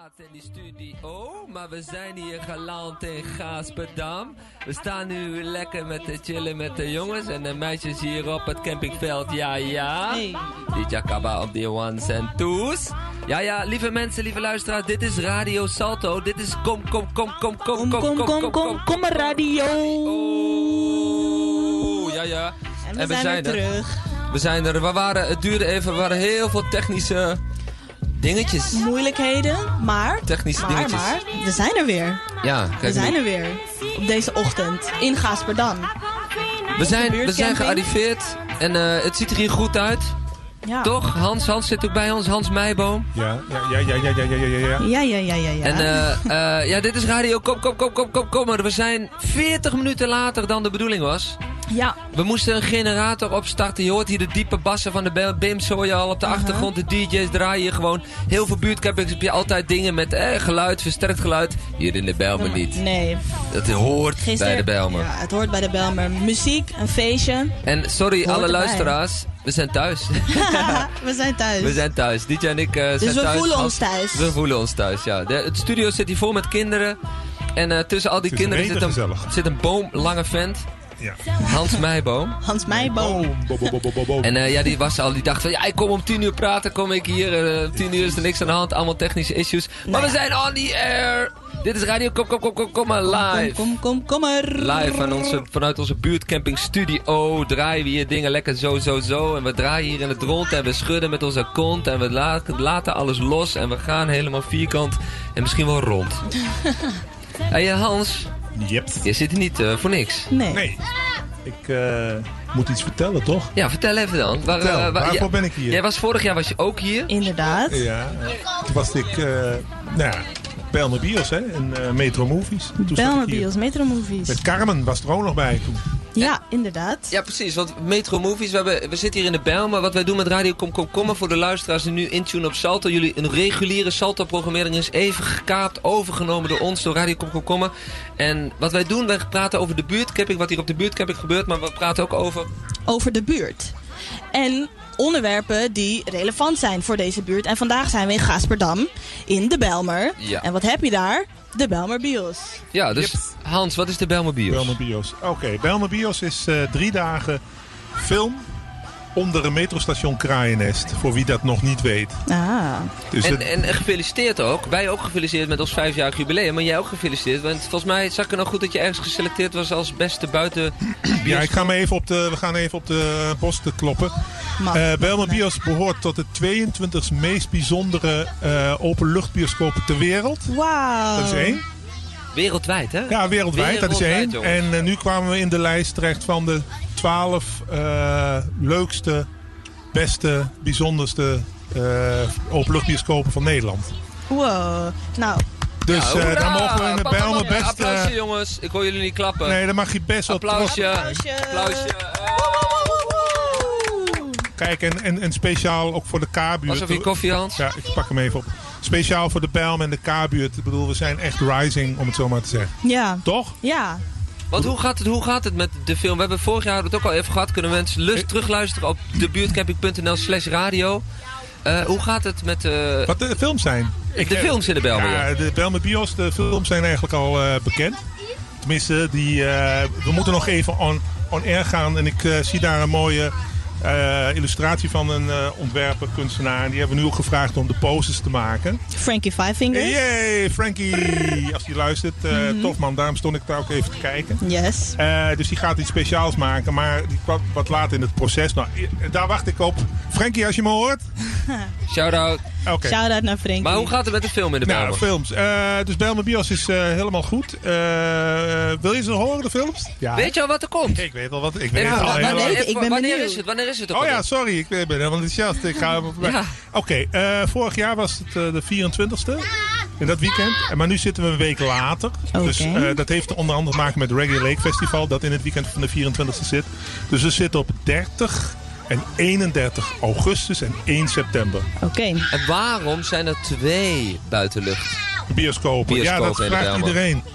plaats in die studio, maar we zijn hier geland in Gaasperdam. We staan nu lekker met te chillen met de jongens en de meisjes hier op het campingveld. Ja, ja. Hey. Die Jacaba op die ones en twos. Ja, lieve mensen, lieve luisteraars, dit is Radio Salto. Dit is Kom Radio. Oh, ja. En we zijn er terug. We zijn er. Het duurde even, we waren heel veel technische dingetjes. Moeilijkheden, maar... Technische dingetjes. Maar, we zijn er weer. Ja, we zijn er weer. Op deze ochtend. In Gaasperdam. We zijn gearriveerd. En het ziet er hier goed uit. Ja. Toch? Hans zit ook bij ons. Hans Meijboom. Ja. En dit is Radio Kom. Maar we zijn 40 minuten later dan de bedoeling was. Ja. We moesten een generator opstarten. Je hoort hier de diepe bassen van de BIMS hoor je al op de achtergrond. De DJ's draaien hier gewoon. Heel veel buurtcampings heb je altijd dingen met geluid, versterkt geluid. Hier in de Bijlmer niet. Nee. Dat hoort bij de Bijlmer. Ja, het hoort bij de Bijlmer. Muziek, een feestje. En sorry alle luisteraars, we zijn thuis. We zijn thuis. DJ en ik zijn thuis. Dus we voelen ons thuis. We voelen ons thuis, ja. Het studio zit hier vol met kinderen. En tussen al die kinderen zit een boomlange vent. Ja. Hans Meijboom. En die dacht van, ik kom om 10 uur praten, kom ik hier. 10 uur is er niks aan de hand, allemaal technische issues. Maar we zijn on the air. Dit is Radio Kom maar live. Kom er. Live vanuit onze buurtcamping studio draaien we hier dingen lekker zo. En we draaien hier in het rond en we schudden met onze kont. En we laten alles los en we gaan helemaal vierkant en misschien wel rond. Hey Hans. Yep. Je zit hier niet voor niks. Nee. Ik moet iets vertellen, toch? Ja, vertel even dan. Waarvoor ben ik hier? Vorig jaar was je ook hier. Inderdaad. Ja. Toen was ik... Bijlmer Bios, hè? In Metro Movies. Bijlmer Bios, Metro Movies. Met Carmen was er ook nog bij toen. Ja, inderdaad. Ja, precies. Want Metro Movies, we zitten hier in de Bijlmer. Wat wij doen met Radio Kom voor de luisteraars die nu intunen op Salto. Jullie een reguliere Salto-programmering is even gekaapt, overgenomen door ons, door Radio Kom. En wat wij doen, wij praten over de buurtcamping, wat hier op de buurtcamping gebeurt. Maar we praten ook over de buurt. En onderwerpen die relevant zijn voor deze buurt. En vandaag zijn we in Gaasperdam, in de Bijlmer. Ja. En wat heb je daar? De Bijlmer Bios. Ja, dus Hans, wat is de Bijlmer Bios? Bijlmer Bios. Oké, Bijlmer Bios is 3 dagen film onder een metrostation Kraaiennest. Voor wie dat nog niet weet. Ah. Dus en gefeliciteerd ook. Wij ook gefeliciteerd met ons 5-jarig jubileum. Maar jij ook gefeliciteerd. Want volgens mij zag ik er nog goed dat je ergens geselecteerd was als beste buiten. Ja, we gaan even op de posten kloppen. Bijlmer Bios behoort tot de 22 meest bijzondere openluchtbioscopen ter wereld. Wauw. Dat is 1. Wereldwijd, hè? Ja, wereldwijd. Dat is 1. Jongens. En nu kwamen we in de lijst terecht van de 12 leukste, beste, bijzonderste openluchtbioscopen van Nederland. Wow. Nou. Dus daar mogen we in de Bijlmer best... Applausje jongens, ik hoor jullie niet klappen. Nee, daar mag je best op... Applausje. Kijk, en speciaal ook voor de K-buurt. Alsof je koffie, Hans? Ja, ik pak hem even op. Speciaal voor de Bijlmer en de K-buurt. Ik bedoel, we zijn echt rising, om het zo maar te zeggen. Ja. Toch? Ja. Want hoe gaat het met de film? We hebben vorig jaar het ook al even gehad. Kunnen mensen terugluisteren op debuurtcamping.nl/radio. Hoe gaat het met... Wat de films zijn? De films in de Bijlmer. Ja, de Bijlmer Bios, de films zijn eigenlijk al bekend. Tenminste, we moeten nog even on air gaan. En ik zie daar een mooie illustratie van een ontwerper, kunstenaar. En die hebben we nu ook gevraagd om de posters te maken. Frankie Five Fingers. Yay, Frankie! Als die luistert, tof man. Daarom stond ik daar ook even te kijken. Yes. Dus die gaat iets speciaals maken, maar die kwam wat later in het proces. Nou, daar wacht ik op. Frankie, als je me hoort. Shout-out. Okay. Shout-out naar Frankie. Maar hoe gaat het met de film in de Bijlmer? Nou, films. Dus Bijlmer Bios is helemaal goed. Wil je ze horen, de films? Ja. Weet je al wat er komt? Ik weet al wat. Ik ben benieuwd. Wanneer is het? Oh ja, sorry. Ik ben helemaal enthousiast. Ik ga ja. Oké, vorig jaar was het de 24e. In dat weekend. Maar nu zitten we een week later. Okay. Dus dat heeft onder andere te maken met het Reggae Lake Festival. Dat in het weekend van de 24e zit. Dus we zitten op 30 en 31 augustus en 1 september. Oké. En waarom zijn er 2 buitenlucht? Bioscopen. Ja, dat vraagt iedereen.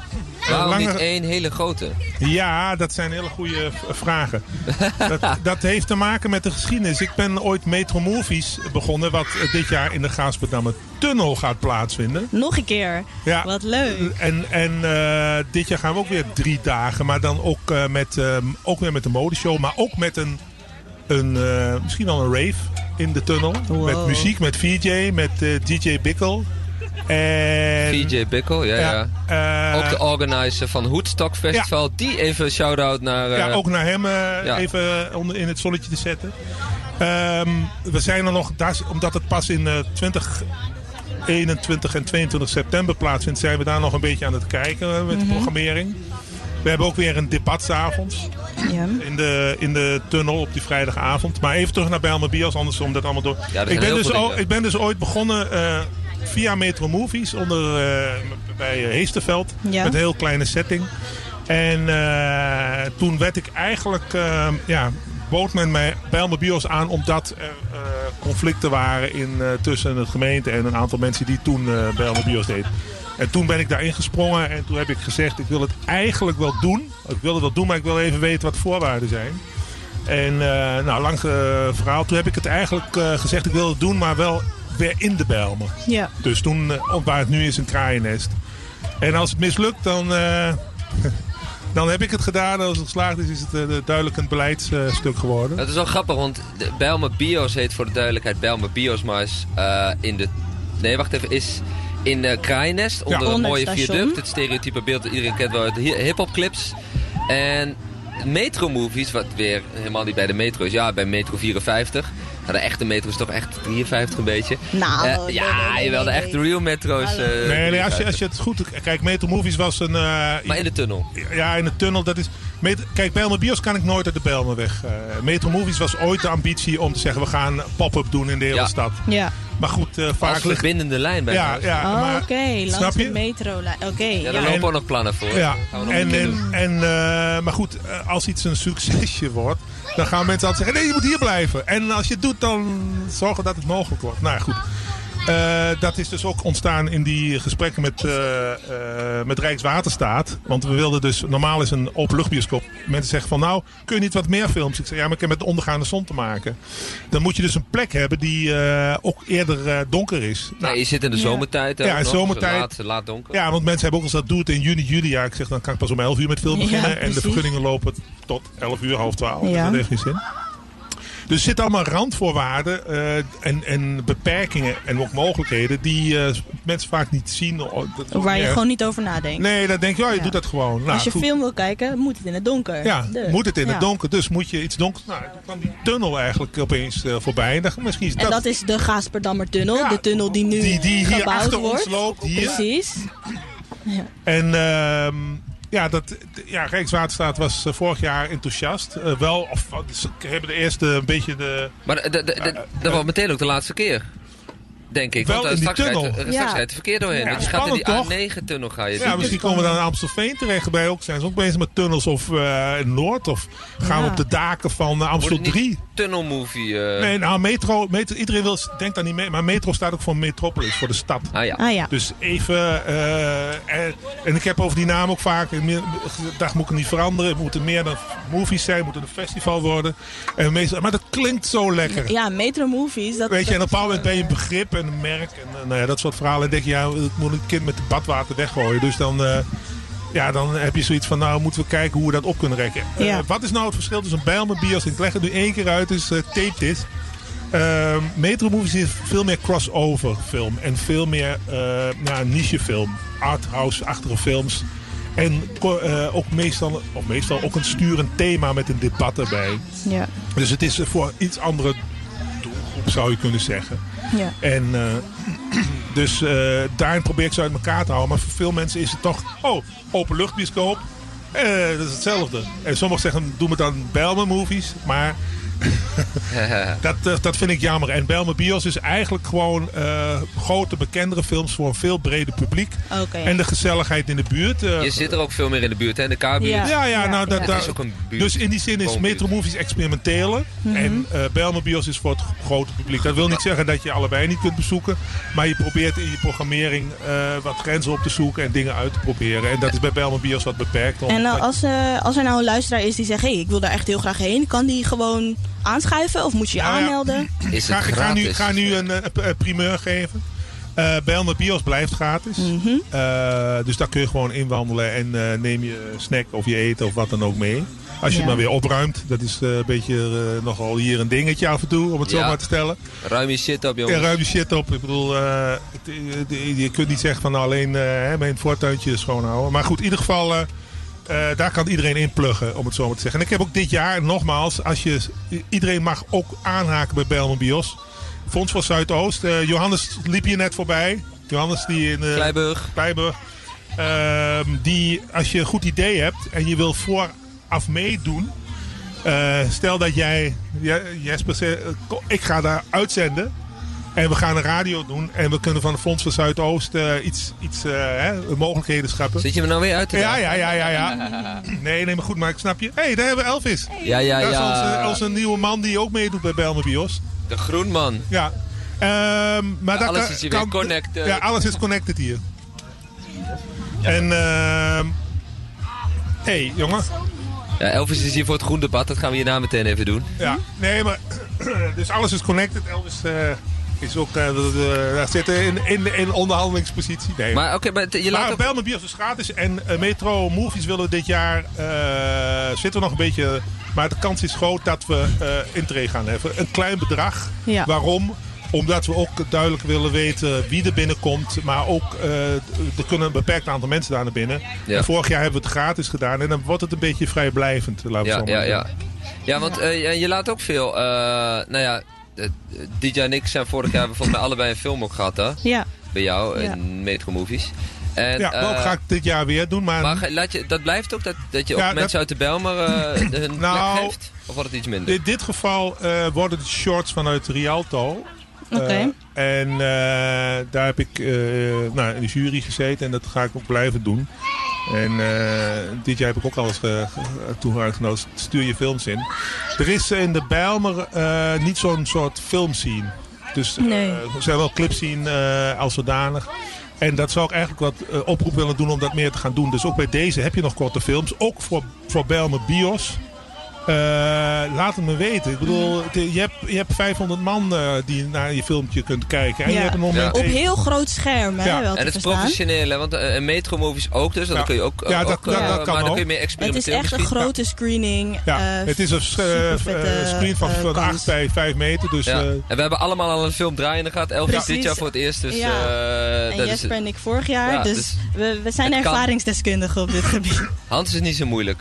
Waarom niet één hele grote? Ja, dat zijn hele goede vragen. dat heeft te maken met de geschiedenis. Ik ben ooit Metro Movies begonnen, wat dit jaar in de Gaasperdammer Tunnel gaat plaatsvinden. Nog een keer. Ja. Wat leuk. En dit jaar gaan we ook weer 3 dagen, maar dan ook weer met de modeshow, maar ook met misschien wel een rave in de tunnel. Wow. Met muziek, met VJ, met DJ Bickel. En VJ Bickel, ja. Ook de organizer van Woodstock Festival. Die even een shout-out naar... ook naar hem even in het zonnetje te zetten. We zijn er nog, omdat het pas in 21 en 22 september plaatsvindt, zijn we daar nog een beetje aan het kijken met de programmering. We hebben ook weer een debatsavond in de tunnel op die vrijdagavond. Maar even terug naar Bijlmer Bios, anders om dat allemaal door. Ja, ik ben dus ooit begonnen via Metro Movies bij Heesterveld. Ja. Met een heel kleine setting. En toen werd ik eigenlijk... bood men mij Bijlmer Bios aan omdat er conflicten waren tussen het gemeente en een aantal mensen die toen Bijlmer Bios deed. En toen ben ik daarin gesprongen en toen heb ik gezegd, ik wil het eigenlijk wel doen. Ik wil het wel doen, maar ik wil even weten wat de voorwaarden zijn. En lang verhaal, toen heb ik het eigenlijk gezegd, ik wil het doen, maar wel weer in de Bijlmer. Ja. Dus toen, waar het nu is, een kraaiennest. En als het mislukt, dan heb ik het gedaan. Als het geslaagd is het duidelijk een beleidsstuk geworden. Dat is wel grappig, want de Bijlmer Bios heet voor de duidelijkheid Bijlmer Bios, maar is is in de kraaiennest onder een mooie viaduct. Het stereotype beeld dat iedereen kent wel uit de hip-hop clips. En Metro Movies, wat weer helemaal niet bij de metro is. Ja, bij metro 54. Nou, de echte metro is toch echt 53 een beetje. Nou, jawel, de echte real metro's. Nee, als je het goed... Kijk, Metro Movies was een... maar in de tunnel. Ja, in de tunnel. Dat is... Kijk, Bijlmer Bios kan ik nooit uit de Bijlmerweg. Metro Movies was ooit de ambitie om te zeggen, we gaan pop-up doen in de hele stad. Ja. Maar goed, vaak als verbindende lijn bij oké, langs de metrolijn. Ja, daar lopen ook nog plannen voor. Ja, maar goed, als iets een succesje wordt, dan gaan mensen altijd zeggen, nee, je moet hier blijven. En als je het doet, dan zorgen dat het mogelijk wordt. Nou goed. Dat is dus ook ontstaan in die gesprekken met Rijkswaterstaat. Want we wilden dus, normaal is een openluchtbioscoop. Mensen zeggen van, nou, kun je niet wat meer films? Ik zeg, ja, maar ik heb met de ondergaande zon te maken. Dan moet je dus een plek hebben die ook eerder donker is. Nou, je zit in de zomertijd. Ja, in zomertijd. Laat donker. Ja, want mensen hebben ook al gezegd, doe het in juni, juli. Ja, ik zeg, dan kan ik pas om 11 uur met film beginnen. Ja, en de vergunningen lopen tot 11 uur, half 12. Ja. Dat heeft geen zin. Dus er zitten allemaal randvoorwaarden en beperkingen en ook mogelijkheden die mensen vaak niet zien. Waar je gewoon niet over nadenkt. Nee, dan denk je, je doet dat gewoon. Nou, als je film wil kijken, moet het in het donker. Ja, moet het in het donker. Dus moet je iets donkers... Nou, dan kwam die tunnel eigenlijk opeens voorbij. En dat is de Gaasperdammer tunnel. Ja, de tunnel die nu die hier achter ons loopt. Hier. Precies. Ja. En... Rijkswaterstaat was vorig jaar enthousiast. Ze hebben de eerste een beetje de... Maar dat was meteen ook de laatste keer. Denk ik. Wel want, in die tunnel. Straks rijdt het verkeer doorheen. Want je gaat in die A9-tunnel. Misschien komen we dan aan Amstelveen terecht. Zijn ze ook bezig met tunnels of in Noord? Of gaan we op de daken van Amstel 3? Tunnelmovie. Nee, nou, metro iedereen denkt daar niet mee. Maar metro staat ook voor Metropolis, voor de stad. Dus even... en ik heb over die naam ook vaak gedacht, moet ik het niet veranderen. Het moeten meer dan movies zijn. Het moet een festival worden. Maar dat klinkt zo lekker. Ja, Metro Movies. Weet je, en op een bepaald moment ben je een begrip en een merk. En dat soort verhalen. En denk je, ik moet een kind met badwater weggooien. Dus dan heb je zoiets van, nou moeten we kijken hoe we dat op kunnen rekken. Wat is nou het verschil tussen een Bijlmer Bios? Ik leg het nu 1 keer uit, dus tape dit. Metro Movies is veel meer crossover film. En veel meer niche film. Arthouse-achtige films. En ook meestal ook een sturend thema met een debat erbij. Ja. Dus het is voor iets andere doelgroep, zou je kunnen zeggen. Ja. En dus daarin probeer ik ze uit elkaar te houden. Maar voor veel mensen is het toch, openluchtbioscoop. Dat is hetzelfde. En sommigen zeggen, doe me dan Bijlmer Movies. Maar Dat vind ik jammer. En Bijlmer Bios is eigenlijk gewoon grote, bekendere films voor een veel breder publiek. Okay. En de gezelligheid in de buurt. Je zit er ook veel meer in de buurt, hè? In de K-buurt. Dat is ook een buurt. Dus in die zin is Metro Movies experimenteler. En Bijlmer Bios is voor het grote publiek. Dat wil niet zeggen dat je allebei niet kunt bezoeken. Maar je probeert in je programmering wat grenzen op te zoeken en dingen uit te proberen. En dat is bij Bijlmer Bios wat beperkt. En als er nou een luisteraar is die zegt, hey, ik wil daar echt heel graag heen. Kan die gewoon aanschuiven of moet je je aanmelden? Is het gratis? Ik ga nu een primeur geven. Bijlmer Bios blijft gratis. Dus daar kun je gewoon inwandelen en neem je snack of je eten of wat dan ook mee. Als je het maar weer opruimt. Dat is een beetje nogal hier een dingetje af en toe, om het zo maar te stellen. Ruim je shit op, jongens. Ja, ruim je shit op. Ik bedoel, je kunt niet zeggen van alleen mijn voortuintje schoonhouden. Maar goed, in ieder geval, daar kan iedereen in pluggen, om het zo maar te zeggen. En ik heb ook dit jaar, nogmaals, iedereen mag ook aanhaken bij Bijlmer Bios. Fonds voor Zuidoost. Johannes liep hier net voorbij. Johannes die in Kleiburg. Die, als je een goed idee hebt en je wil vooraf meedoen. Stel dat jij, Jesper, zegt, ik ga daar uitzenden. En we gaan een radio doen. En we kunnen van de Fonds voor Zuidoost iets mogelijkheden scheppen. Zit je me nou weer uit te dagen? Ja. Nee, maar goed, maar ik snap je. Hé, daar hebben we Elvis. Ja. Dat is onze nieuwe man die ook meedoet bij Bijlmer Bios. De groenman. Ja. Maar alles is hier weer connected. Ja, alles is connected hier. En hey, jongen. Ja, Elvis is hier voor het groendebat. Dat gaan we hierna meteen even doen. Ja, nee, maar dus alles is connected. Elvis is ook daar zitten in onderhandelingspositie. Nee. Maar je laat ook... Bijlmer Bios is gratis en Metro Movies willen dit jaar zitten we nog een beetje. Maar de kans is groot dat we intree gaan hebben. Een klein bedrag. Ja. Waarom? Omdat we ook duidelijk willen weten wie er binnenkomt. Maar ook, er kunnen een beperkt aantal mensen daar naar binnen. Ja. En vorig jaar hebben we het gratis gedaan. En dan wordt het een beetje vrijblijvend. Ja, want je laat ook veel... DJ en ik zijn vorig jaar volgens mij allebei een film ook gehad, hè? Ja. Bij jou in Metro Movies. En, dat ga ik dit jaar weer doen. Maar dat blijft ook dat je ook mensen uit de Bijlmer hun plek geeft? Of wordt het iets minder? In dit geval worden de shorts vanuit Rialto. Okay. En daar heb ik in de jury gezeten en dat ga ik ook blijven doen. En dit jaar heb ik ook al eens toe uitgenodigd. Stuur je films in. Er is in de Bijlmer niet zo'n soort filmscene. Dus er zijn wel clipscene als zodanig. En dat zou ik eigenlijk wat oproep willen doen om dat meer te gaan doen. Dus ook bij deze heb je nog korte films. Ook voor Bijlmer Bios. Laat het me weten. Ik bedoel, je hebt 500 man die naar je filmpje kunt kijken. En je hebt een moment op heel groot scherm. Hè, wel en het is professioneel, hè? Want een Metro Movies ook dus. Dan kun je ook, dat kan maar dan kun je meer experimenteren. Het is echt een grote screening. Het is een screen van 8 bij 5 meter. Dus, en we hebben allemaal al een film draaien gehad. Elvis dit jaar voor het eerst. Dus, en Jesper en ik vorig jaar. Dus we zijn ervaringsdeskundigen op dit gebied. Hans is niet zo moeilijk.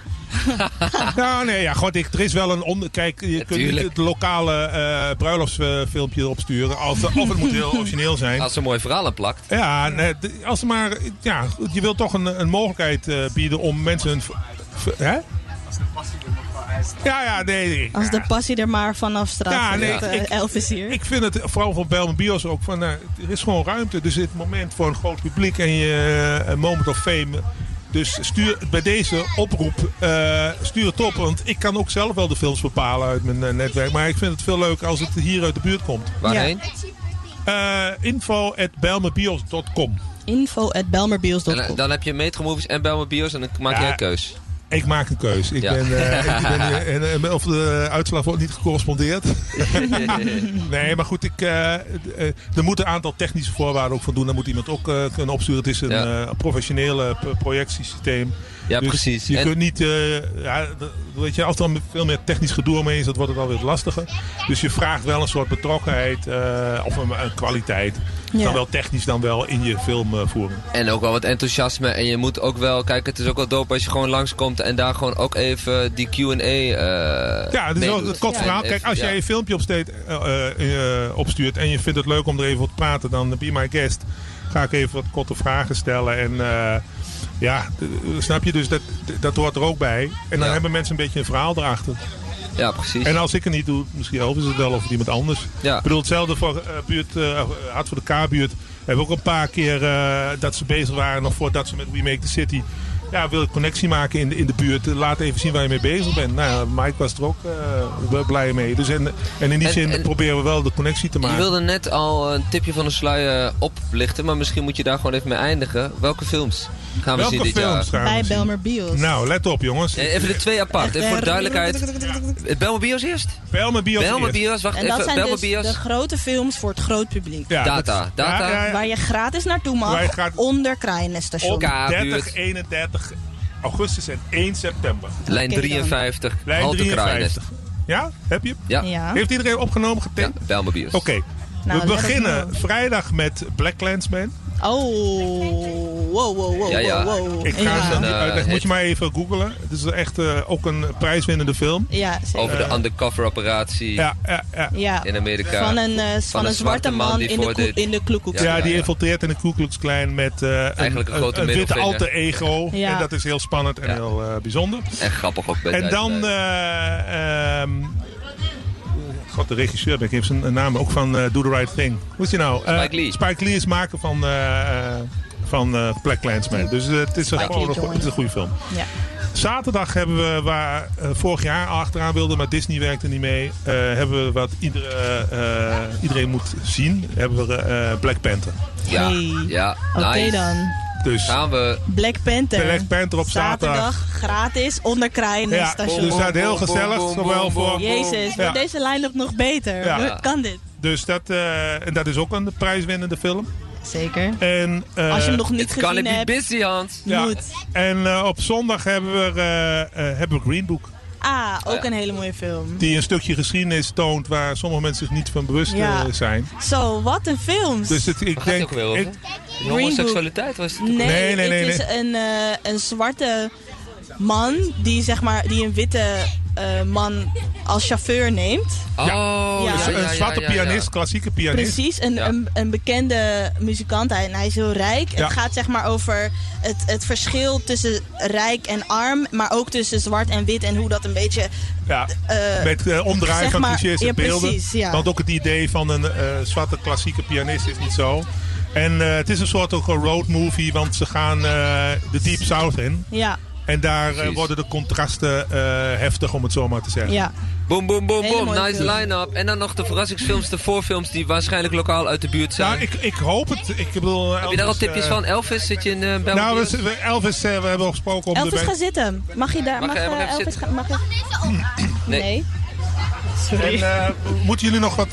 Er is wel een kijk, je kunt niet het lokale bruiloftsfilmpje opsturen. Of het moet heel origineel zijn. Als er een mooi verhaal aan plakt. Ja, je wilt toch een mogelijkheid bieden om mensen hè? Als de passie er maar vanaf straalt. Elvis hier. Ik vind het vooral voor Bijlmer Bios ook van er is gewoon ruimte. Dus dit moment voor een groot publiek en je moment of fame. Dus stuur bij deze oproep, stuur het op. Want ik kan ook zelf wel de films bepalen uit mijn netwerk. Maar ik vind het veel leuker als het hier uit de buurt komt. Waarheen? info@bijlmerbios.com info@bijlmerbios.com. Dan heb je Metro Movies en Bijlmer Bios en dan maak jij een keus. Ik maak een keus. Ik ben of de uitslag wordt niet gecorrespondeerd. Nee, maar goed. Er moeten een aantal technische voorwaarden ook van doen. Daar moet iemand ook kunnen opsturen. Het is een professionele projectiesysteem. Ja, dus precies. Je kunt niet... weet je, als er veel meer technisch gedoe mee is, dat wordt het alweer lastiger. Dus je vraagt wel een soort betrokkenheid of een kwaliteit. Dan wel technisch, dan wel in je filmvoering. En ook wel wat enthousiasme. En je moet ook wel... Kijk, het is ook wel dope als je gewoon langskomt en daar gewoon ook even die Q&A het is ook een kort verhaal. Kijk, als jij een filmpje opstuurt en je vindt het leuk om er even over te praten, dan be my guest. Ga ik even wat korte vragen stellen. En snap je? Dus dat hoort er ook bij. En dan hebben mensen een beetje een verhaal erachter. Ja, precies. En als ik het niet doe, misschien Elvis het wel of iemand anders. Ja. Ik bedoel, hetzelfde voor Hart voor de K-buurt. We hebben ook een paar keer dat ze bezig waren, nog voordat ze met We Make the City. Ja, wil ik connectie maken in de buurt. Laat even zien waar je mee bezig bent. Nou, Mike was er ook blij mee. Dus en in die zin proberen we wel de connectie te maken. Je wilde net al een tipje van de sluier oplichten, maar misschien moet je daar gewoon even mee eindigen. Welke films gaan we zien dit jaar? Bij Belmer Bios. Nou, let op jongens. Even de twee apart, even voor de duidelijkheid. Belmer Bios eerst? Belmer Bios, wacht en even. dat zijn Belmer dus Bios. de grote films voor het groot publiek. Ja, Data. Waar je gratis naartoe mag, onder Kraaiennest-station. 30, 31 augustus en 1 september. Lijn 53, Halte Kraaiennest. Ja, heb je? Ja. Heeft iedereen opgenomen, getekend? Ja, Belmer Bios. Oké. Nou, we beginnen vrijdag met Black Klansman. Oh, wow. Ja. Ik ga het niet uitleggen. Moet je maar even googlen. Het is echt ook een prijswinnende film. Ja, zeker. Over de undercover operatie in Amerika. Van een zwarte man in de Ku Klux Klan. Ja, die infiltreert in de Ku Klux Klan met een witte alter ego. Ja. En dat is heel spannend en heel bijzonder. En grappig ook bij en dan... God, de regisseur, ik heb zijn naam ook van Do the Right Thing. Hoe is hij nou? Spike Lee is maker van Black Klansman. Dus het is een goede film. Ja. Zaterdag hebben we, waar vorig jaar al achteraan wilden, maar Disney werkte niet mee. Hebben we wat iedereen moet zien. Hebben we Black Panther. Ja, Oké dan. Dus gaan we Black Panther op zaterdag. Gratis onder Kraaiennest-station. Dus dat is heel gezellig. Zowel voor... Jezus, wordt deze lijn nog beter? Ja. Kan dit? Dus dat is ook een prijswinnende film. Zeker. En, als je hem nog niet gezien hebt. Busy, Hans. Moet. En op zondag hebben we Green Book. Ook een hele mooie film. Die een stukje geschiedenis toont waar sommige mensen zich niet van bewust zijn. Zo, wat een films. Dus ik denk... homoseksualiteit was het? Nee. Het is een zwarte man die een witte man als chauffeur neemt. Een zwarte pianist, klassieke pianist. Precies, een bekende muzikant. Hij is heel rijk. Het gaat over het verschil tussen rijk en arm, maar ook tussen zwart en wit en hoe dat een beetje... met omdraaien van clichés en beelden. Precies, want ook het idee van een zwarte klassieke pianist is niet zo. En het is een soort ook een road movie, want ze gaan de Deep South in. Ja. En daar worden de contrasten heftig, om het zo maar te zeggen. Ja. Boom. Nice line-up. En dan nog de verrassingsfilms, de voorfilms die waarschijnlijk lokaal uit de buurt zijn. Nou, ik hoop het. Ik bedoel, Elvis, heb je daar al tipjes van? Elvis, zit je in België? Nou, Elvis, we hebben al gesproken om Elvis gaat zitten. Mag je daar? Mag Elvis gaan? Nee. Sorry. En moeten jullie nog wat...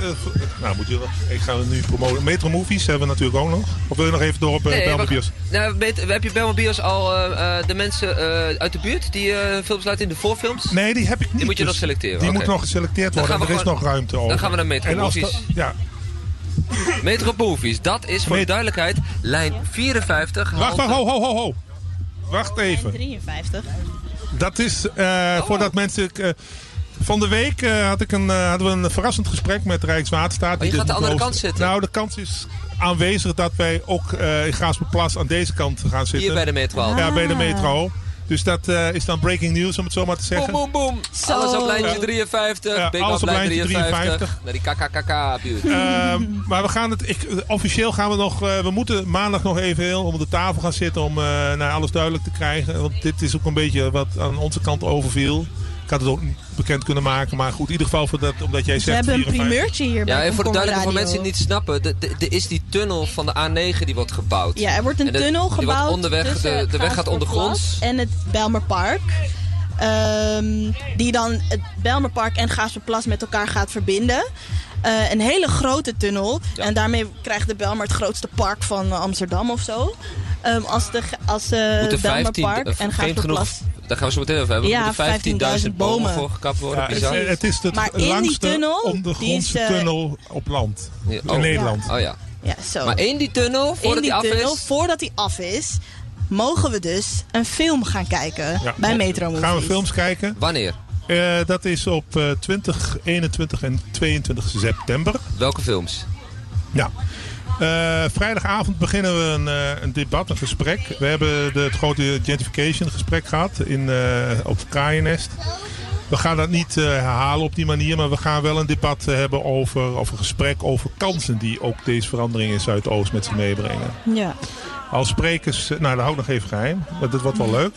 ik ga nu promoten. Metro Movies hebben we natuurlijk ook nog. Of wil je nog even door op Belmer Bios? Heb je Belmer Bios al de mensen uit de buurt die films laten in de voorfilms? Nee, die heb ik niet. Die moet je nog selecteren? Die moet nog geselecteerd worden. Er is nog ruimte over. Dan gaan we naar Metro Movies. Metro Movies, dat is voor de duidelijkheid lijn 54. Wacht, ho. Wacht even. Lijn 53. Dat is voordat mensen... Van de week hadden we een verrassend gesprek met Rijkswaterstaat. Je gaat de andere kant zitten? Nou, de kans is aanwezig dat wij ook in Gaasperplas aan deze kant gaan zitten. Hier bij de metro? Ja, bij de metro. Dus dat is dan breaking news, om het zo maar te zeggen. Boom. Alles op lijntje 53. Alles op lijntje 53. Naar die KKKK-buurt. Maar we gaan officieel gaan we nog... we moeten maandag nog even heel om de tafel gaan zitten om alles duidelijk te krijgen. Want dit is ook een beetje wat aan onze kant overviel. Ik had het ook niet bekend kunnen maken. Maar goed, in ieder geval omdat jij zegt... We hebben een primeurtje hier bij en voor de duidelijkheid van mensen die het niet snappen. Er is die tunnel van de A9 die wordt gebouwd. Ja, er wordt een tunnel gebouwd. Onderweg, de weg gaat ondergronds. En het Bijlmerpark. Die dan het Bijlmerpark en Gaasperplas met elkaar gaat verbinden. Een hele grote tunnel. Ja. En daarmee krijgt de Bijlmer het grootste park van Amsterdam of zo. Als Bijlmerpark en Gaasperplas. Daar gaan we zo meteen over hebben. Ja, 15.000 bomen voor gekapt worden. Ja, het is de langste ondergrondse tunnel op land. In Nederland. Oh ja. Zo. Maar in die tunnel, voordat die af is, mogen we dus een film gaan kijken bij Metro Movies. Gaan we films kijken? Wanneer? Dat is op 20, 21 en 22 september. Welke films? Ja. Vrijdagavond beginnen we een debat, een gesprek. We hebben het grote gentrification gesprek gehad op Kraaiennest. We gaan dat niet herhalen op die manier, maar we gaan wel een debat hebben of een gesprek over kansen die ook deze verandering in Zuidoost met zich meebrengen. Ja. Als sprekers, dat hou ik nog even geheim, maar dat wordt wel leuk.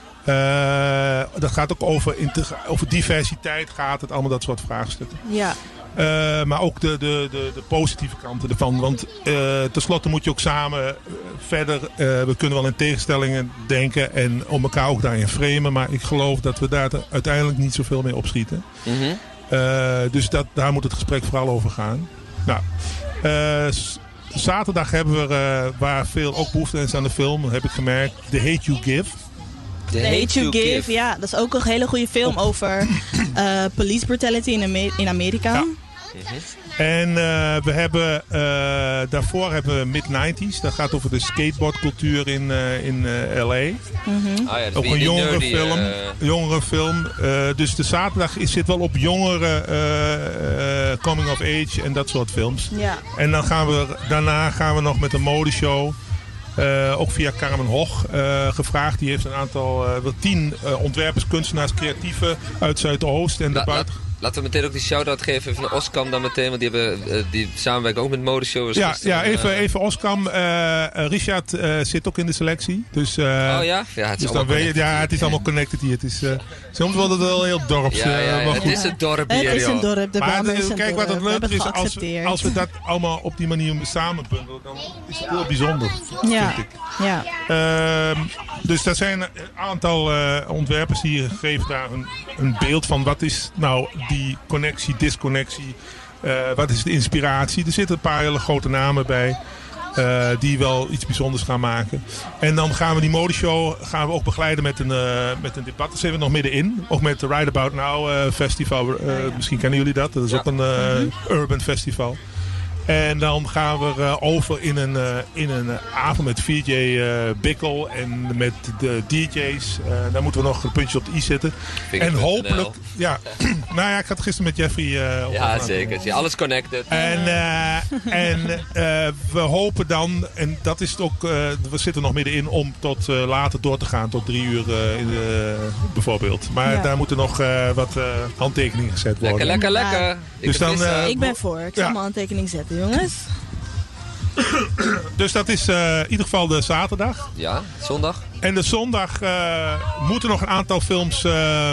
Dat gaat ook over diversiteit, gaat het, allemaal dat soort vraagstukken. Ja. Maar ook de positieve kanten ervan. Want tenslotte moet je ook samen verder. We kunnen wel in tegenstellingen denken en om elkaar ook daarin framen. Maar ik geloof dat we daar uiteindelijk niet zoveel mee opschieten. Mm-hmm. Dus daar moet het gesprek vooral over gaan. Nou, zaterdag hebben we, waar veel ook behoefte is aan de film, heb ik gemerkt, The Hate You Give. The Hate You Give, ja. Dat is ook een hele goede film over police brutality in Amerika. Ja. En we hebben daarvoor hebben we mid-90s. Dat gaat over de skateboardcultuur in L.A. Mm-hmm. Ook een jongere film. Dus de zaterdag zit wel op jongere coming of age en dat soort films. Ja. En dan daarna gaan we nog met een modeshow. Ook via Carmen Hoch gevraagd. Die heeft een aantal 10 ontwerpers, kunstenaars, creatieven uit Zuidoost en daarbuiten. Laten we meteen ook die shout-out geven van Oskam dan meteen. Want die samenwerken ook met modeshows. Ja, even Oskam. Richard zit ook in de selectie. Dus, oh ja? Ja, het is dan weet je, het is allemaal connected hier. Het is, soms wordt het wel heel dorps. Het is een dorp hier. Het is een dorp. Kijk wat het leuke is. Als we dat allemaal op die manier samen bundelen, dan is het heel bijzonder. Vind ik. Ja. Dus er zijn een aantal ontwerpers die geven daar een beeld van wat is nou die connectie, disconnectie. Wat is de inspiratie? Er zitten een paar hele grote namen bij. Die wel iets bijzonders gaan maken. En dan gaan we die modeshow ook begeleiden met een debat. Daar zijn we nog middenin. Ook met de Right About Now festival. Misschien kennen jullie dat. Dat is ook een urban festival. En dan gaan we over in een avond met VJ Bickel en met de DJ's. Daar moeten we nog een puntje op de i zetten. En hopelijk... Ja, nou ja, ik had gisteren met Jeffrey... ja, zeker. Ja, alles connected. En we hopen dan, en dat is het ook... we zitten nog middenin om tot later door te gaan. Tot 3 uur bijvoorbeeld. Maar daar moeten nog wat handtekeningen gezet worden. Lekker. Dus ik ben voor. Ik zal mijn handtekening zetten, jongens. Dus dat is in ieder geval de zaterdag. Ja, zondag. En de zondag moeten nog een aantal films...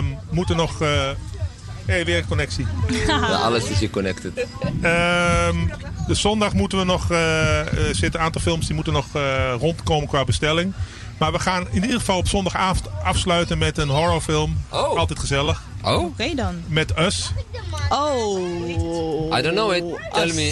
weer een connectie. Ja, alles is hier connected. De zondag moeten we nog... zitten een aantal films die moeten nog rondkomen qua bestelling. Maar we gaan in ieder geval op zondagavond afsluiten met een horrorfilm. Oh. Altijd gezellig. Oh. Oké dan. Met Us. Oh. I don't know it. Tell me.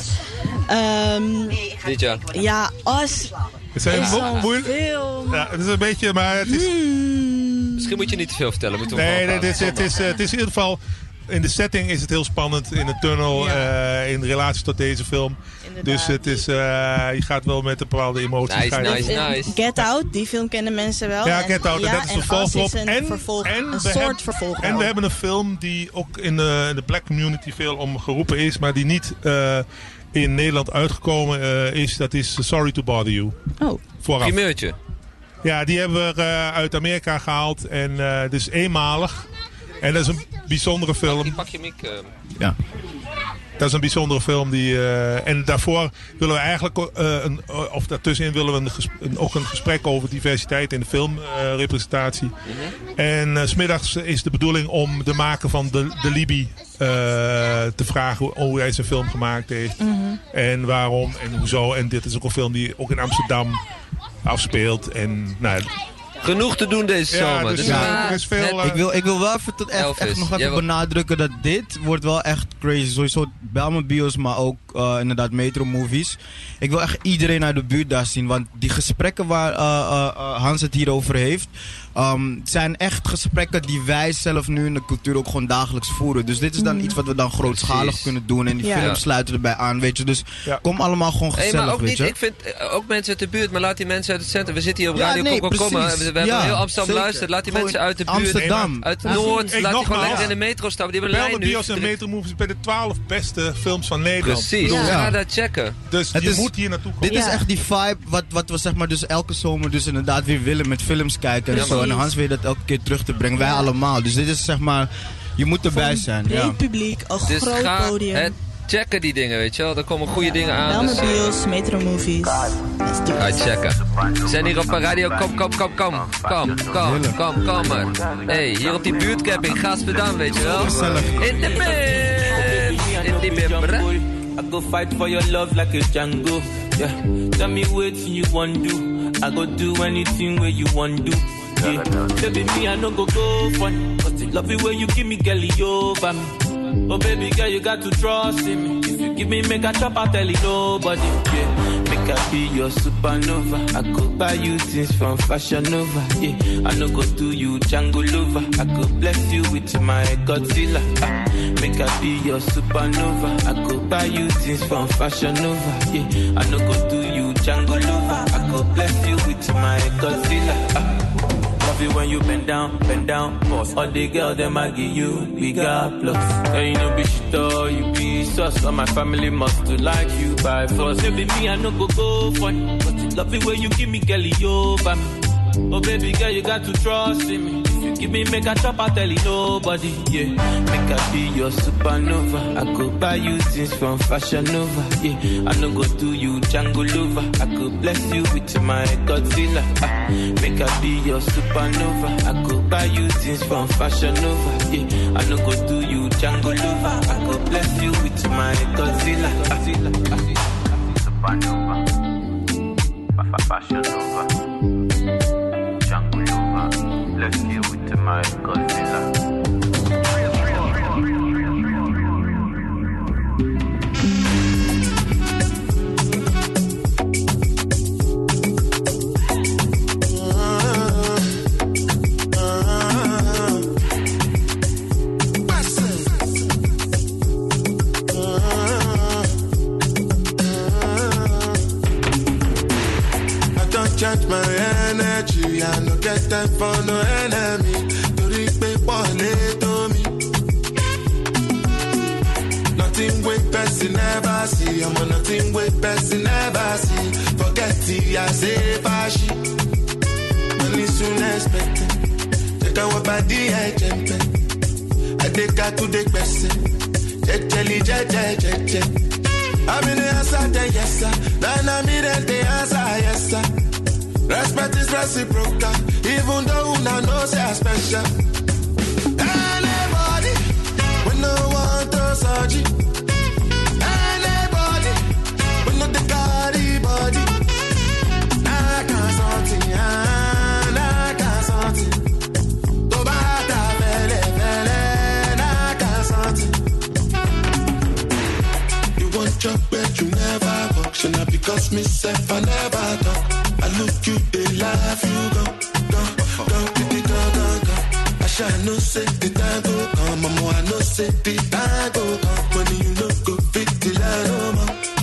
Dit jaar. Ja, Us. Het zijn film. Ja, het is een beetje, maar het is... Misschien moet je niet te veel vertellen. Het is in ieder geval... In de setting is het heel spannend. In de tunnel. In relatie tot deze film. Inderdaad. Dus het is... je gaat wel met een bepaalde emoties. Nice. Get Out, die film kennen mensen wel. Ja, Get Out. Dat is een vervolg op. Een soort vervolg. En we hebben een film die ook in de black community veel om geroepen is. Maar die niet in Nederland uitgekomen is. Dat is Sorry to Bother You. Oh. Vooraf. Primeurtje. Ja, die hebben we uit Amerika gehaald. En dus eenmalig. En dat is een bijzondere film. Pak je mic. Ja. Dat is een bijzondere film. En daarvoor willen we eigenlijk... of daartussenin willen we ook een gesprek over diversiteit in de filmrepresentatie. En 's middags is de bedoeling om de maker van de Libby te vragen hoe hij zijn film gemaakt heeft. En waarom en hoezo. En dit is ook een film die ook in Amsterdam afspeelt. En nou... Genoeg te doen deze zomer. Dus er is veel, ik wil wel even nog even benadrukken dat dit wordt wel echt crazy. Sowieso Bijlmer Bios, maar ook inderdaad Metro Movies. Ik wil echt iedereen uit de buurt daar zien. Want die gesprekken waar Hans het hier over heeft... zijn echt gesprekken die wij zelf nu in de cultuur ook gewoon dagelijks voeren. Dus dit is dan iets wat we dan grootschalig kunnen doen. En die films sluiten erbij aan, weet je. Dus kom allemaal gewoon gezellig, maar ook weet niet, je. ik vind ook mensen uit de buurt, maar laat die mensen uit het centrum. We zitten hier op Radio Kom. we hebben heel Amsterdam luistert. Laat die mensen uit de buurt. Amsterdam. Uit Noord. Laat die gewoon lekker in de metro stappen. Die hebben een lijn nu. Bios en Metromovies bij de 12 beste films van Nederland. Precies. Ga daar checken. Dus je moet hier naartoe komen. Dit is echt die vibe wat we zeg maar dus elke zomer dus inderdaad weer willen met films kijken en zo. En Hans weet dat elke keer terug te brengen. Wij allemaal. Dus dit is zeg maar, je moet erbij zijn. Breed publiek, een groot podium. Checken die dingen, weet je wel. Er komen goede dingen aan. Belmer Bios, Metro Movies. Ga checken. We zijn hier op Radio Kom maar. Hey, hier op die buurtcamping, Gaasperdam, weet je wel. In de bim. I go fight for your love like a Django. Yeah, tell me what you want do. I go do anything where you want do. Yeah, baby me I no go fun. Cause the love it when you give me girlie over me. Oh baby girl, you got to trust in me. If you give me make a chop, I'll tell it nobody. Yeah, make I be your supernova. I could buy you things from Fashion Nova. Yeah, I no go do you Django lover. I could bless you with my Godzilla. Make I be your supernova. I could buy you things from Fashion Nova. Yeah, I no go do you Django lover. I could bless you with my Godzilla. Love it when you bend down, boss. All the girls, them I give you bigger plus. And you know be shit or you be sus. All my family must to like you by force. Baby, me I no go fun. But love it when you give me girlie over me. Oh baby girl, you got to trust in me. If you give me make a chop, I'll tell it nobody. Yeah, make I be your supernova. I could buy you things from Fashion Nova. Yeah, I no go do you Django lover. I could bless you with my Godzilla. Make I be your supernova. I could buy you things from Fashion Nova. Yeah, I no go do you Django lover. I could bless you with my Godzilla. Supernova, Fashion Nova. Let's get with my Godzilla. Charge my energy, I no get time for no enemy. Tori pe pole to me. Nothing with person never see. I'm on nothing with person never see. Forget it, I say fashi. Money soon expected. Take our body, I jump. I take her to the person. Je. I'm in the answer, yes sir. Then I'm in the answer, yes sir. Respect is reciprocal, even though I know say special. Anybody, we no want to surgery. Anybody, we no the carry body. I can't something, I can't something. To bata vele, I can't something. You want your bed, you never function. Because myself, I never talk. I look you, they laugh, you go. I shall no say the time go come, mama, I no say the time go come. When you look go fit the line,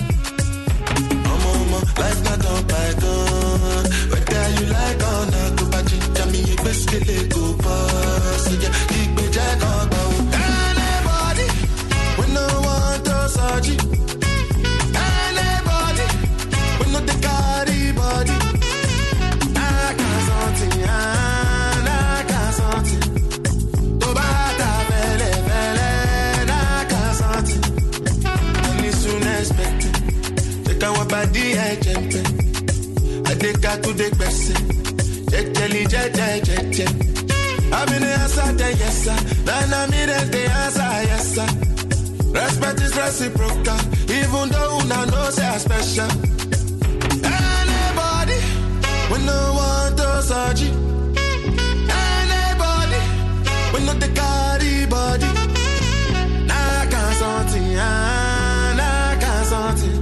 mama, life not on by gun. Whether you like or not, go back to me, you best get it go pass. So yeah, keep me jack on bound. Anybody, we no want to surgery. Anybody, we no the carry body. Body I jump. I take her to the person. Je. I'm in the answer, yes sir. Then I'm in the answer, yes sir. Respect is reciprocal, even though I know say I'm special. Anybody, we no want to surgery. Anybody, we no the carry body. I can't something, I can't something.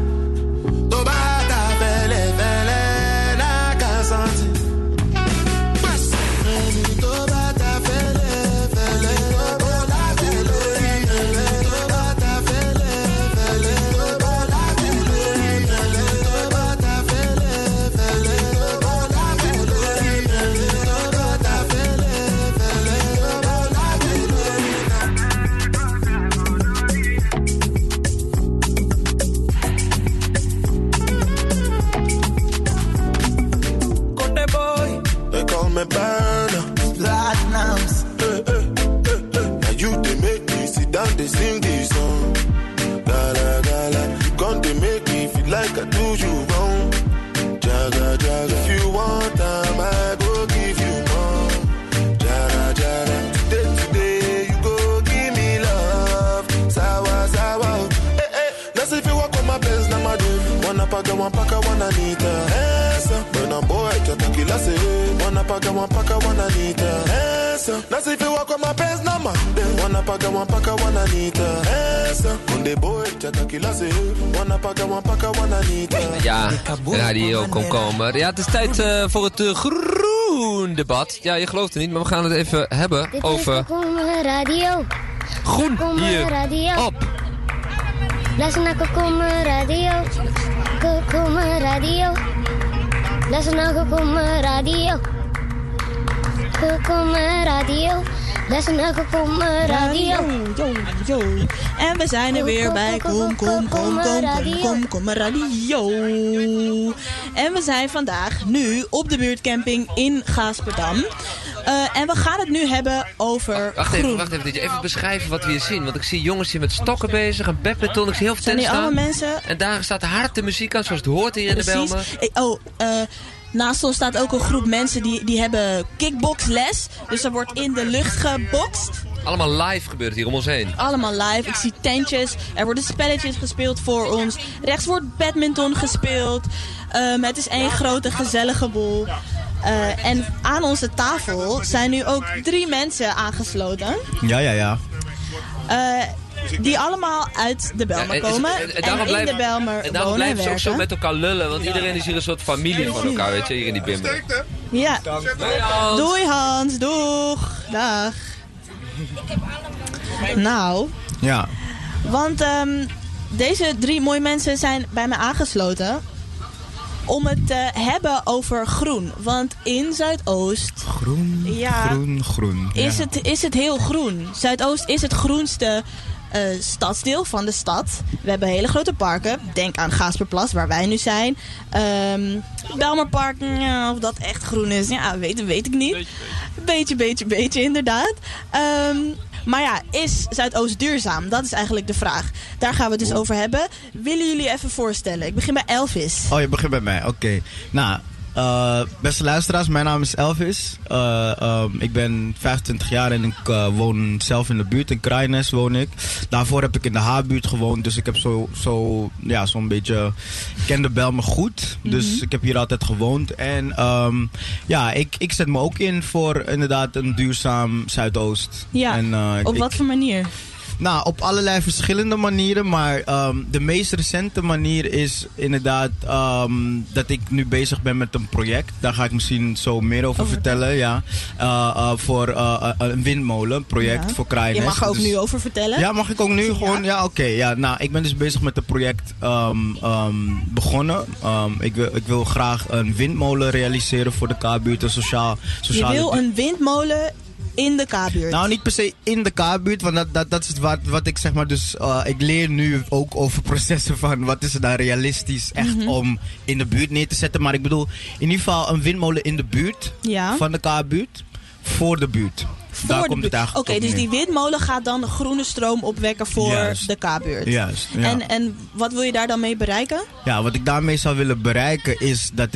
me burner. Platinums. Now you they make me sit down, they sing this song. Gala, gala. You gon' they make me feel like I do you wrong. Jaga, jaga. If you want time, I go give you more. Jaga, jaga. Today, you go give me love. Sawa, sawa. Eh, eh. That's if you walk on my best, now my day. Wanna paka, wanna need a answer. When I'm boy, tequila say. Wanna paka, wanna need a answer. That's if you walk on my best, now my day. Wanna paka, wanna need a answer. When they boy, tequila say. Wanna paka, wanna need a answer. Ja, Radio Komkommer. Ja, het is tijd voor het groen debat. Ja, je gelooft het niet, maar we gaan het even hebben over... Komkommer Radio. Groen hier Radio. op. Luister naar Komkommer Radio. Komkommer Radio. Luister naar Komkommer Radio. Komkommer Radio. Luister naar Komkommer Radio. Yo. En we zijn er weer bij Komkommer Radio. En we zijn vandaag nu op de buurtcamping in Gaasperdam. En we gaan het nu hebben over Wacht even, even beschrijven wat we hier zien. Want ik zie jongens hier met stokken bezig, een badminton. Ik zie heel veel tenten staan. Allemaal mensen? En daar staat harde muziek aan, zoals het hoort hier in de Bijlmer. Naast ons staat ook een groep mensen die hebben kickboxles. Dus er wordt in de lucht gebokst. Allemaal live gebeurt hier om ons heen. Allemaal live. Ik zie tentjes. Er worden spelletjes gespeeld voor ons. Rechts wordt badminton gespeeld. Het is één grote gezellige boel. En aan onze tafel zijn nu ook 3 mensen aangesloten. Ja. Die allemaal uit de Bijlmer komen. En in de Bijlmer en daarom blijven ze ook zo met elkaar lullen. Want iedereen is hier een soort familie van elkaar, weet je, hier in die bimmer. Ja. Doei Hans, doeg. Dag. Nou. Ja. Want deze 3 mooie mensen zijn bij mij aangesloten om het te hebben over groen. Want in Zuidoost... Groen. Is het heel groen. Zuidoost is het groenste stadsdeel van de stad. We hebben hele grote parken. Denk aan Gaasperplas, waar wij nu zijn. Bijlmerpark, of dat echt groen is, ja, weet ik niet. Beetje inderdaad. Maar ja, is Zuidoost duurzaam? Dat is eigenlijk de vraag. Daar gaan we het dus over hebben. Willen jullie even voorstellen? Ik begin bij Elvis. Oh, je begint bij mij. Oké. Nou, beste luisteraars, mijn naam is Elvis. Ik ben 25 jaar en ik woon zelf in de buurt. In Kraaienest woon ik. Daarvoor heb ik in de H-buurt gewoond. Dus ik heb zo'n beetje... Ik ken de Bijlmer goed. Dus ik heb hier altijd gewoond. En ik zet me ook in voor inderdaad een duurzaam Zuidoost. Ja, en, op wat voor manier? Nou, op allerlei verschillende manieren. Maar de meest recente manier is inderdaad dat ik nu bezig ben met een project. Daar ga ik misschien zo meer over vertellen. Ja. Voor een windmolenproject voor Kraaienest. Je mag er ook nu over vertellen. Ja, mag ik ook nu gewoon? Ja, oké. Ja, nou, ik ben dus bezig met een project begonnen. Ik wil graag een windmolen realiseren voor de K-buurt. Een sociale... Je wil een windmolen in de K-buurt? Nou, niet per se in de K-buurt, want dat is wat ik zeg maar dus... ik leer nu ook over processen van wat is er dan realistisch echt om in de buurt neer te zetten. Maar ik bedoel, in ieder geval een windmolen in de buurt van de K-buurt voor de buurt. Daar komt het eigenlijk Oké, dus die windmolen gaat dan groene stroom opwekken voor de K-buurt. Juist, ja. En wat wil je daar dan mee bereiken? Ja, wat ik daarmee zou willen bereiken is dat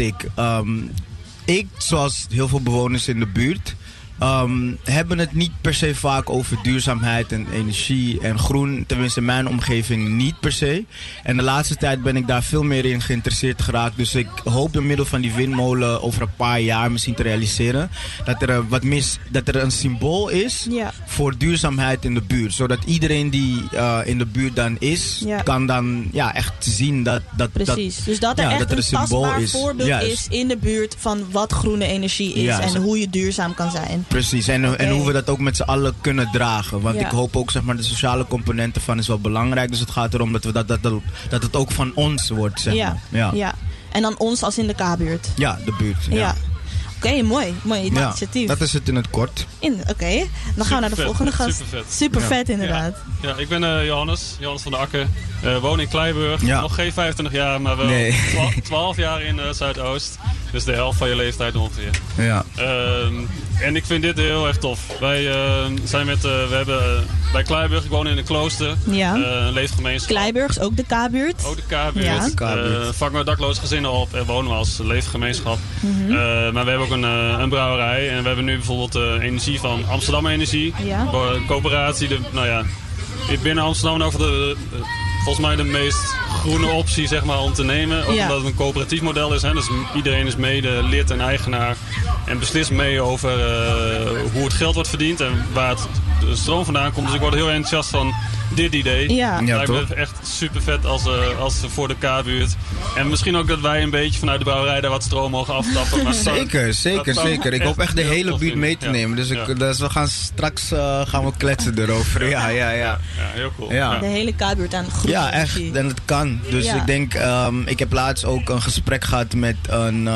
ik, zoals heel veel bewoners in de buurt... hebben het niet per se vaak over duurzaamheid en energie en groen. Tenminste in mijn omgeving niet per se. En de laatste tijd ben ik daar veel meer in geïnteresseerd geraakt. Dus ik hoop door middel van die windmolen over een paar jaar misschien te realiseren. Dat er een symbool is voor duurzaamheid in de buurt. Zodat iedereen die in de buurt dan is, kan dan echt zien dat... Precies, dus dat er echt een tastbaar voorbeeld is in de buurt van wat groene energie is en hoe je duurzaam kan zijn. Precies, en hoe we dat ook met z'n allen kunnen dragen. Want ik hoop ook, zeg maar, de sociale componenten van is wel belangrijk. Dus het gaat erom dat het ook van ons wordt, zeg maar. Ja. En dan ons als in de K-buurt. Ja, de buurt. Ja. Oké, mooi initiatief. Dat is het in het kort. Oké. Dan gaan we naar de volgende gast. Super vet inderdaad. Ja, ik ben Johannes van der Akker. Woon in Kleiburg. Ja. Nog geen 25 jaar, maar wel 12 jaar in Zuidoost. Dus de helft van je leeftijd ongeveer. Ja. En ik vind dit heel erg tof. Wij zijn we hebben bij Kleiburg, ik woon in een klooster. Ja. Een leefgemeenschap. Kleiburg is ook de K-buurt. Ook de K-buurt. Ja. Vangen we dakloze gezinnen op en wonen we als leefgemeenschap. Maar we hebben ook een brouwerij. En we hebben nu bijvoorbeeld energie van Amsterdam Energie. Ja. Een coöperatie. Binnen Amsterdam ook volgens mij de meest groene optie zeg maar, om te nemen. Ook omdat het een coöperatief model is. Hè? Dus iedereen is mede lid en eigenaar. En beslist mee over hoe het geld wordt verdiend. En waar de stroom vandaan komt. Dus ik word heel enthousiast van dit idee. Ja. Lijkt me echt super vet als voor de K-buurt. En misschien ook dat wij een beetje vanuit de brouwerij daar wat stroom mogen aftappen. Maar Zeker. Ik hoop echt de hele buurt mee te nemen. Dus we gaan straks kletsen erover. Ja, heel cool. Ja. De hele K-buurt aan groen. Ja, echt. En het kan. Dus ik denk, ik heb laatst ook een gesprek gehad met een...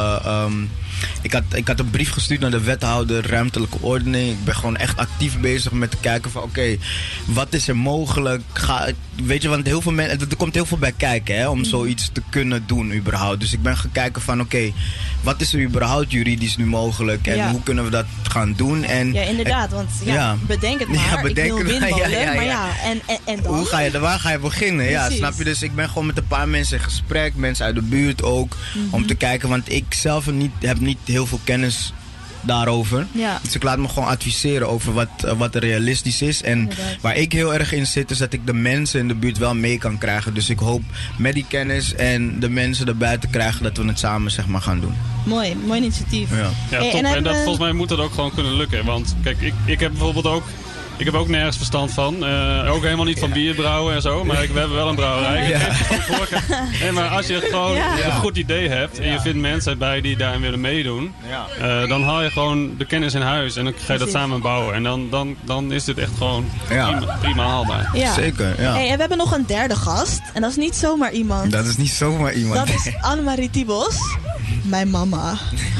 Ik had een brief gestuurd naar de wethouder ruimtelijke ordening. Ik ben gewoon echt actief bezig met te kijken van oké, wat is er mogelijk? Weet je, want heel veel mensen, er komt heel veel bij kijken hè, om zoiets te kunnen doen überhaupt. Dus ik ben gaan kijken van oké, wat is er überhaupt juridisch nu mogelijk? En hoe kunnen we dat gaan doen? En, inderdaad, want bedenk het maar. Ik wil windmolen, maar en dan? Waar ga je beginnen? Precies. Ja, snap je? Dus ik ben gewoon met een paar mensen in gesprek, mensen uit de buurt ook, om te kijken, want ik zelf heb niet heel veel kennis daarover. Ja. Dus ik laat me gewoon adviseren over wat er realistisch is. En waar ik heel erg in zit, is dat ik de mensen in de buurt wel mee kan krijgen. Dus ik hoop met die kennis en de mensen erbij te krijgen dat we het samen zeg maar gaan doen. Mooi initiatief. Ja, top. En volgens mij moet dat ook gewoon kunnen lukken. Want kijk, ik heb bijvoorbeeld ook... Ik heb ook nergens verstand van. Ook helemaal niet van bier brouwen en zo. Maar we hebben wel een brouwerij. Ja. Maar als je gewoon een goed idee hebt. En je vindt mensen bij die daarin willen meedoen. Dan haal je gewoon de kennis in huis. En dan ga je dat samen bouwen. En dan is dit echt gewoon prima haalbaar. Ja. Zeker, ja. Hey, en we hebben nog een derde gast. En dat is niet zomaar iemand. Dat is Annemarie Thiebos. Mijn mama.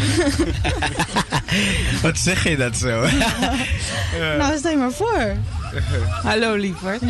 Wat zeg je dat zo? Nou, stel je maar voor. Hallo lieverd.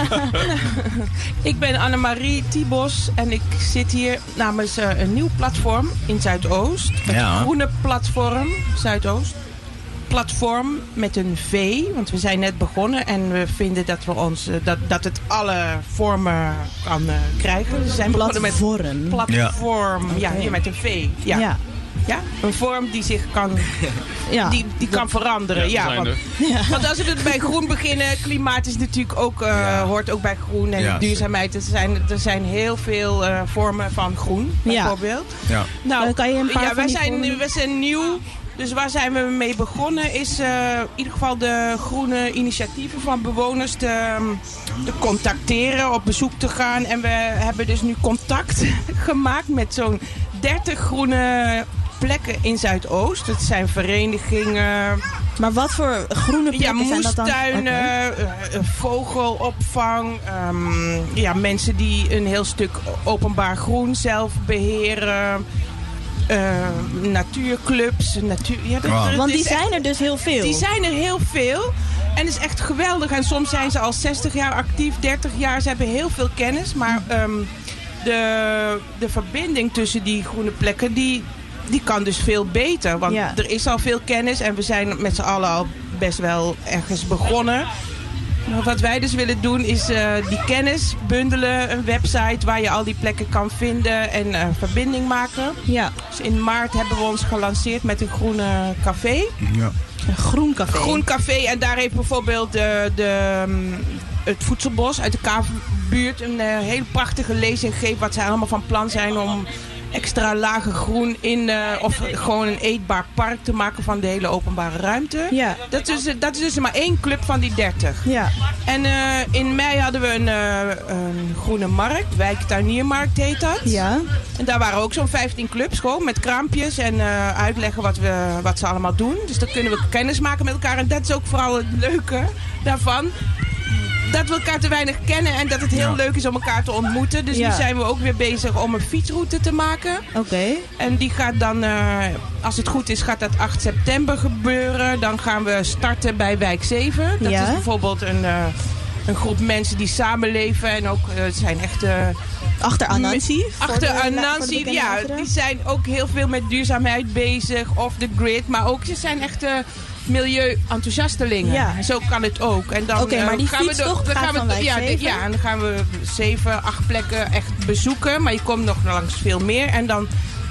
Ik ben Annemarie Thiebos en ik zit hier namens een nieuw platform in Zuidoost. Het groene platform Zuidoost. Platform met een V, want we zijn net begonnen en we vinden dat we dat het alle vormen kan krijgen. We zijn begonnen met platform, hier met een V. Ja, een vorm die zich kan, die kan veranderen. Want als we bij groen beginnen, klimaat is natuurlijk ook, hoort ook bij groen en duurzaamheid. Er zijn heel veel vormen van groen, bijvoorbeeld. Ja. Nou, kan je een paar we zijn nieuw. Dus waar zijn we mee begonnen is in ieder geval de groene initiatieven van bewoners te contacteren, op bezoek te gaan. En we hebben dus nu contact gemaakt met zo'n 30 groene plekken in Zuidoost. Het zijn verenigingen. Maar wat voor groene plekken zijn dat dan? Moestuinen, vogelopvang. Mensen die een heel stuk openbaar groen zelf beheren. Natuurclubs. Want die zijn er dus heel veel. Die zijn er heel veel. En het is echt geweldig. En soms zijn ze al 60 jaar actief, 30 jaar. Ze hebben heel veel kennis. Maar de verbinding tussen die groene plekken, die kan dus veel beter. Want er is al veel kennis. En we zijn met z'n allen al best wel ergens begonnen. Maar wat wij dus willen doen is die kennis bundelen. Een website waar je al die plekken kan vinden en verbinding maken. Ja. Dus in maart hebben we ons gelanceerd met een groene café. Ja. Een groen café. Groen café. En daar heeft bijvoorbeeld het Voedselbos uit de K-buurt een hele prachtige lezing gegeven. Wat zij allemaal van plan zijn om extra lage groen of gewoon een eetbaar park te maken van de hele openbare ruimte. Ja. Dat is dus maar 1 club van die 30. Ja. En in mei hadden we een groene markt, Wijktuiniermarkt heet dat. Ja. En daar waren ook zo'n 15 clubs gewoon met kraampjes en uitleggen wat ze allemaal doen. Dus dan kunnen we kennis maken met elkaar en dat is ook vooral het leuke daarvan. dat we elkaar te weinig kennen en dat het heel leuk is om elkaar te ontmoeten. Dus nu zijn we ook weer bezig om een fietsroute te maken. Oké. En die gaat dan, als het goed is, gaat dat 8 september gebeuren. Dan gaan we starten bij Wijk 7. Dat is bijvoorbeeld een groep mensen die samenleven en ook zijn echt... Achter Anansi? Achter Anansi, die zijn ook heel veel met duurzaamheid bezig, off the grid. Maar ook, ze zijn echt milieu-enthousiastelingen. Ja. Zo kan het ook. En dan maar die fietstocht gaat van Wijk 7? Ja, en dan gaan we 7, 8 plekken echt bezoeken. Maar je komt nog langs veel meer. En dan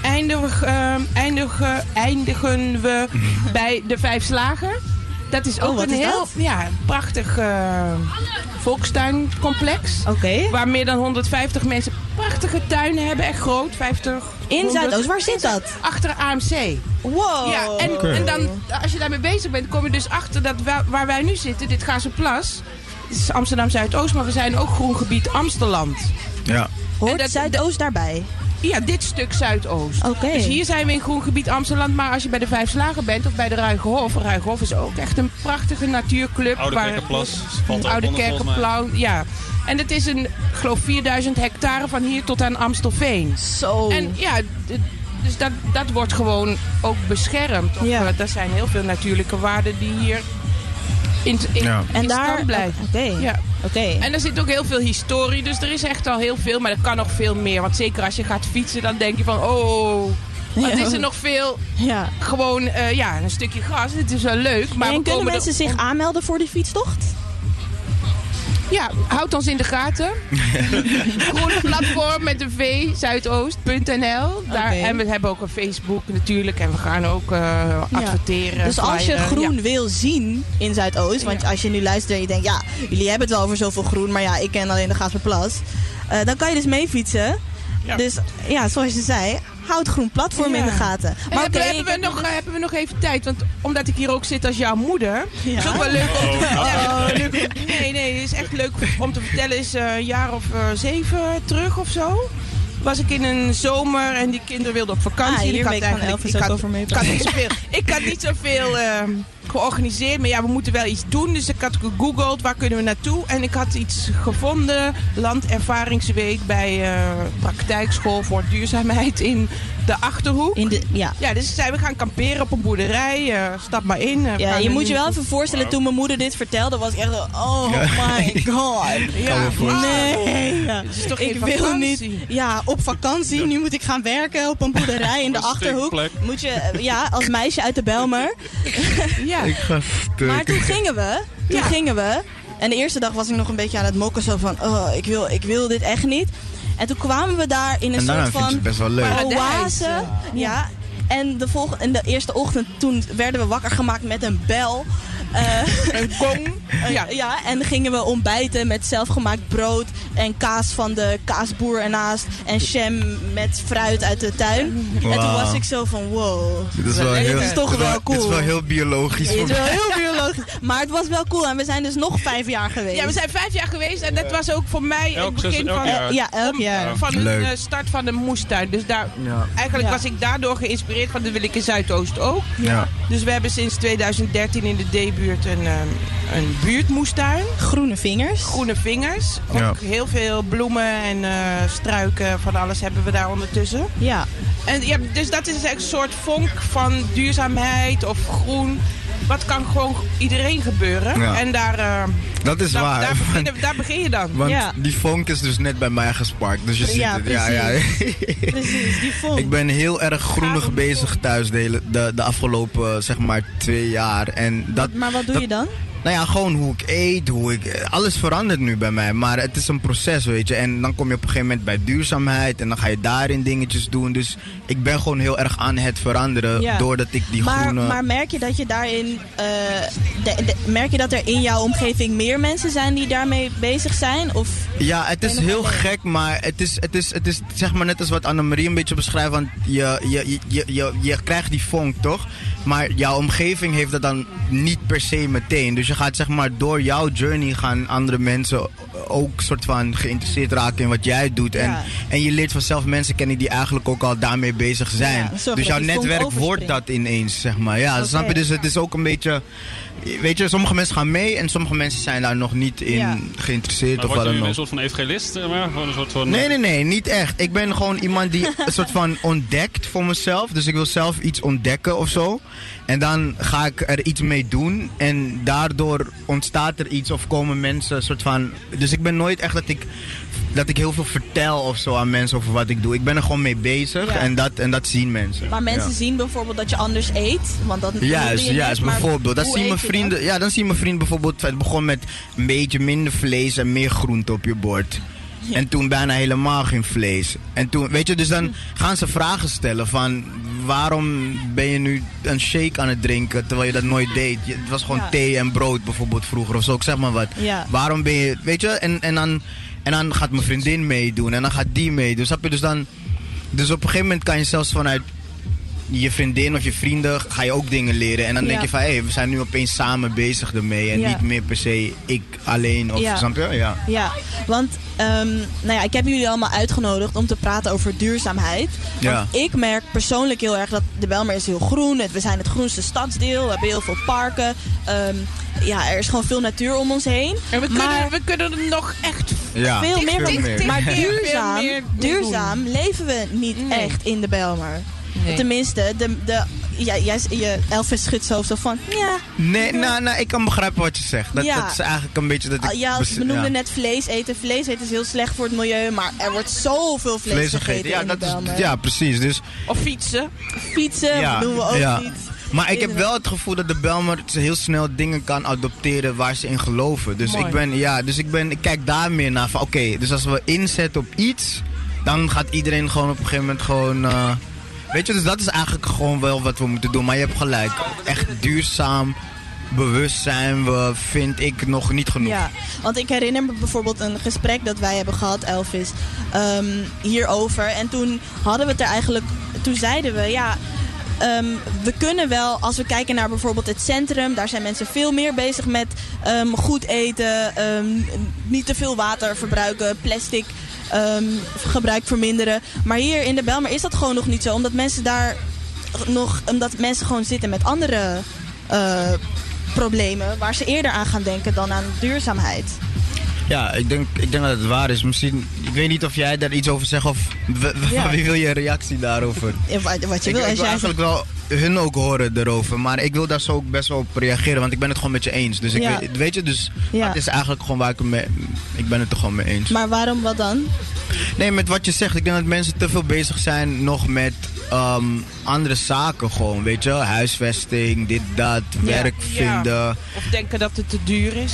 eindigen we bij de 5 Slagen. Dat is ook een heel prachtig volkstuincomplex. Okay. Waar meer dan 150 mensen prachtige tuinen hebben. Echt groot. 50. In Zuidoost, waar zit dat? Achter AMC. Wow. Ja, en dan, als je daarmee bezig bent, kom je dus achter dat waar wij nu zitten, dit Gazeplas. Dit is Amsterdam Zuidoost, maar we zijn ook groengebied Amsteland. Ja. Hoort Zuidoost daarbij? Ja, dit stuk Zuidoost. Okay. Dus hier zijn we in groengebied Amsterdam. Maar als je bij de 5 Slagen bent of bij de Ruigenhof is ook echt een prachtige natuurclub. Oude Kerkenplas. Oude Kerkenplas, ja. En het is ik geloof 4000 hectare van hier tot aan Amstelveen. Zo. En ja, dus dat wordt gewoon ook beschermd. Er zijn heel veel natuurlijke waarden die hier in stand blijven. Oké. En er zit ook heel veel historie, dus er is echt al heel veel, maar er kan nog veel meer. Want zeker als je gaat fietsen, dan denk je van, wat is er nog veel? Ja. Gewoon, een stukje gras, het is wel leuk. Maar en kunnen mensen zich aanmelden voor die fietstocht? Ja, houd ons in de gaten. Groene platform met een V, zuidoost.nl. En we hebben ook een Facebook natuurlijk. En we gaan ook adverteren. Dus als je groen wil zien in Zuidoost. Want als je nu luistert en je denkt, jullie hebben het wel over zoveel groen. Maar ik ken alleen de Gazeplas. Dan kan je dus mee fietsen. Ja. Dus zoals je zei, houd groen platform in de gaten. Maar hebben we nog even tijd? Want omdat ik hier ook zit als jouw moeder, is ook wel leuk om te vertellen. Nee, het is echt leuk om te vertellen. Is een jaar of 7 terug of zo. Was ik in een zomer en die kinderen wilden op vakantie. Ik had niet zoveel georganiseerd. Maar we moeten wel iets doen. Dus ik had gegoogeld, waar kunnen we naartoe? En ik had iets gevonden. Landervaringsweek bij praktijkschool voor duurzaamheid in de Achterhoek. Dus zijn we gaan kamperen op een boerderij. Stap maar in. Je moet je wel even voorstellen, toen mijn moeder dit vertelde, was ik echt my god. Nee. Het is toch ik wil niet. Ja, op vakantie. Nu moet ik gaan werken op een boerderij in de Achterhoek. Moet je, als meisje uit de Bijlmer. Ik ga stuk. Maar toen gingen we. En de eerste dag was ik nog een beetje aan het mokken. Zo van, ik wil dit echt niet. En toen kwamen we daar in een soort van best wel leuk. oase. Ja. En de eerste ochtend toen werden we wakker gemaakt met een bel. Een gong. En gingen we ontbijten met zelfgemaakt brood en kaas van de kaasboer ernaast. En jam met fruit uit de tuin. Wow. En toen was ik zo van Dit is toch wel cool. Het is wel heel biologisch. Het is wel heel biologisch. Maar het was wel cool. En we zijn dus nog 5 jaar geweest. Ja, we zijn 5 jaar geweest. En dat was ook voor mij het begin van de start van de moestuin. Dus eigenlijk was ik daardoor geïnspireerd van dat wil ik in Zuidoost ook. Ja. Dus we hebben sinds 2013 in de D-buurt een buurtmoestuin. Groene vingers. Ook heel veel bloemen en struiken, van alles hebben we daar ondertussen. Ja. En dus dat is een soort vonk van duurzaamheid of groen. Wat kan gewoon iedereen gebeuren. Ja. En dat is waar. Daar begin je dan. Want die vonk is dus net bij mij gesparkt. Dus je ziet het. Precies, die vonk. Ik ben heel erg groenig bezig thuis de afgelopen 2 jaar. Maar wat doe je dan? Nou ja, gewoon hoe ik eet, alles verandert nu bij mij. Maar het is een proces, weet je. En dan kom je op een gegeven moment bij duurzaamheid. En dan ga je daarin dingetjes doen. Dus ik ben gewoon heel erg aan het veranderen. Doordat ik die groene... Maar merk je dat je daarin... merk je dat er in jouw omgeving meer mensen zijn die daarmee bezig zijn? Of ja, het is heel gek. Maar het is zeg maar net als wat Annemarie een beetje beschrijft. Want je krijgt die vonk, toch? Maar jouw omgeving heeft dat dan niet per se meteen. Dus je gaat zeg maar door jouw journey gaan andere mensen ook soort van geïnteresseerd raken in wat jij doet. En je leert vanzelf mensen kennen die eigenlijk ook al daarmee bezig zijn. Dus jouw netwerk wordt dat ineens, zeg maar. Ja, snap je? Dus het is ook een beetje... Weet je, sommige mensen gaan mee en sommige mensen zijn daar nog niet in geïnteresseerd. Maar of wat dan ook. Word je een soort van evangelist? Een soort van... Nee, niet echt. Ik ben gewoon iemand die een soort van ontdekt voor mezelf. Dus ik wil zelf iets ontdekken of zo. En dan ga ik er iets mee doen. En daardoor ontstaat er iets of komen mensen een soort van... Dus ik ben nooit echt dat ik heel veel vertel of zo aan mensen over wat ik doe. Ik ben er gewoon mee bezig en dat zien mensen. Maar mensen zien bijvoorbeeld dat je anders eet? Want dat juist, bijvoorbeeld. Dat zien mijn vrienden, dan zien mijn vrienden bijvoorbeeld... Het begon met een beetje minder vlees en meer groente op je bord. Ja. En toen bijna helemaal geen vlees. En toen, weet je, dus dan gaan ze vragen stellen van... Waarom ben je nu een shake aan het drinken terwijl je dat nooit deed? Het was gewoon thee en brood bijvoorbeeld vroeger of zo. Ik zeg maar wat. Ja. Waarom ben je... Weet je, en dan gaat mijn vriendin meedoen en dan gaat die meedoen. Snap je? Dus op een gegeven moment kan je zelfs vanuit je vriendin of je vrienden ga je ook dingen leren. En dan denk je van, we zijn nu opeens samen bezig ermee. En niet meer per se ik alleen. Of, snap je? Ja, want ik heb jullie allemaal uitgenodigd om te praten over duurzaamheid. Want ik merk persoonlijk heel erg dat de Bijlmer is heel groen. We zijn het groenste stadsdeel. We hebben heel veel parken. Er is gewoon veel natuur om ons heen. En we kunnen er nog echt veel meer. Maar duurzaam leven we niet echt in de Bijlmer. Nee. Tenminste, Elvis schudt zo van, Nee, ik kan begrijpen wat je zegt. Dat is eigenlijk een beetje dat ik... we noemden net vlees eten. Vlees eten is heel slecht voor het milieu, maar er wordt zoveel vlees gegeten in de Bijlmer. Ja, precies. Dus, of fietsen. Fietsen doen we ook niet. Maar ik heb wel het gevoel dat de Bijlmer heel snel dingen kan adopteren waar ze in geloven. Dus ik kijk daar meer naar van, oké, dus als we inzetten op iets, dan gaat iedereen gewoon op een gegeven moment gewoon... Weet je, dus dat is eigenlijk gewoon wel wat we moeten doen. Maar je hebt gelijk. Echt duurzaam, bewust zijn we, vind ik, nog niet genoeg. Ja, want ik herinner me bijvoorbeeld een gesprek dat wij hebben gehad, Elvis, hierover. En toen hadden we het er eigenlijk... Toen zeiden we, we kunnen wel, als we kijken naar bijvoorbeeld het centrum, daar zijn mensen veel meer bezig met goed eten, niet te veel water verbruiken, plastic gebruik verminderen. Maar hier in de Bijlmer is dat gewoon nog niet zo, omdat mensen gewoon zitten met andere problemen waar ze eerder aan gaan denken dan aan duurzaamheid. Ja, ik denk dat het waar is. Misschien, ik weet niet of jij daar iets over zegt of wie wil je een reactie daarover? Wat je wil. Ik wil eigenlijk wel hun ook horen erover, maar ik wil daar zo ook best wel op reageren, want ik ben het gewoon met je eens. Dus weet je, dus het is eigenlijk gewoon waar ik ben het er gewoon mee eens. Maar waarom, wat dan? Nee, met wat je zegt, ik denk dat mensen te veel bezig zijn nog met andere zaken gewoon, weet je. Huisvesting, dit, dat, werk vinden. Of denken dat het te duur is.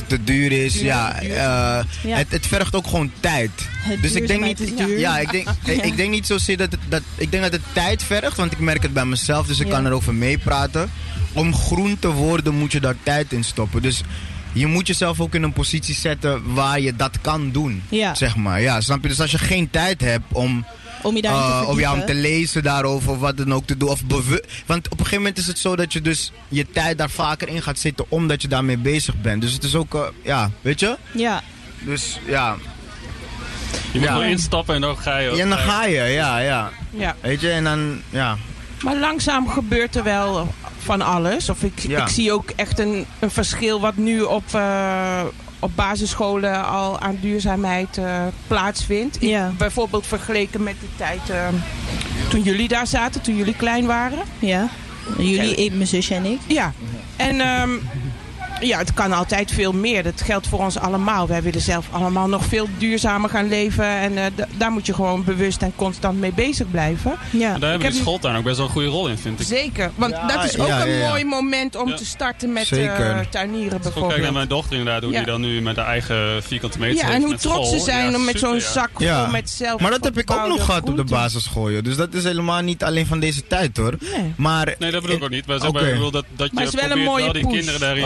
Het vergt ook gewoon tijd. Dus ik denk niet, ik denk niet zozeer dat ik denk dat het tijd vergt, want ik merk het bij mezelf, dus ik kan erover meepraten. Om groen te worden moet je daar tijd in stoppen. Dus je moet jezelf ook in een positie zetten waar je dat kan doen, zeg maar. Ja, snap je? Dus als je geen tijd hebt om te lezen daarover of wat dan ook te doen. Want op een gegeven moment is het zo dat je dus je tijd daar vaker in gaat zitten omdat je daarmee bezig bent. Dus het is ook, weet je? Ja. Dus ja. Je moet wel instappen en dan ga je ook. Ja, dan ga je, ja. Weet je, en dan, Maar langzaam gebeurt er wel van alles. Of ik zie ook echt een verschil wat nu op basisscholen al aan duurzaamheid plaatsvindt. Bijvoorbeeld vergeleken met de tijd toen jullie daar zaten, toen jullie klein waren. Ja, jullie, mijn zusje en ik. Ja, en het kan altijd veel meer. Dat geldt voor ons allemaal. Wij willen zelf allemaal nog veel duurzamer gaan leven. En daar moet je gewoon bewust en constant mee bezig blijven. Ja. Daar hebben de schooltuin ook best wel een goede rol in, vind ik. Zeker, want dat is ook een mooi moment om te starten met tuinieren bijvoorbeeld. Kijk naar mijn dochter inderdaad, hoe die dan nu met haar eigen vierkante meter heeft. En hoe trots ze zijn om met zo'n zak vol met zelf. Maar dat heb ik ook nog gehad op de basisschool. Joh. Dus dat is helemaal niet alleen van deze tijd hoor. Nee, dat bedoel ik ook niet. Maar het is wel een mooie push. kinderen daarin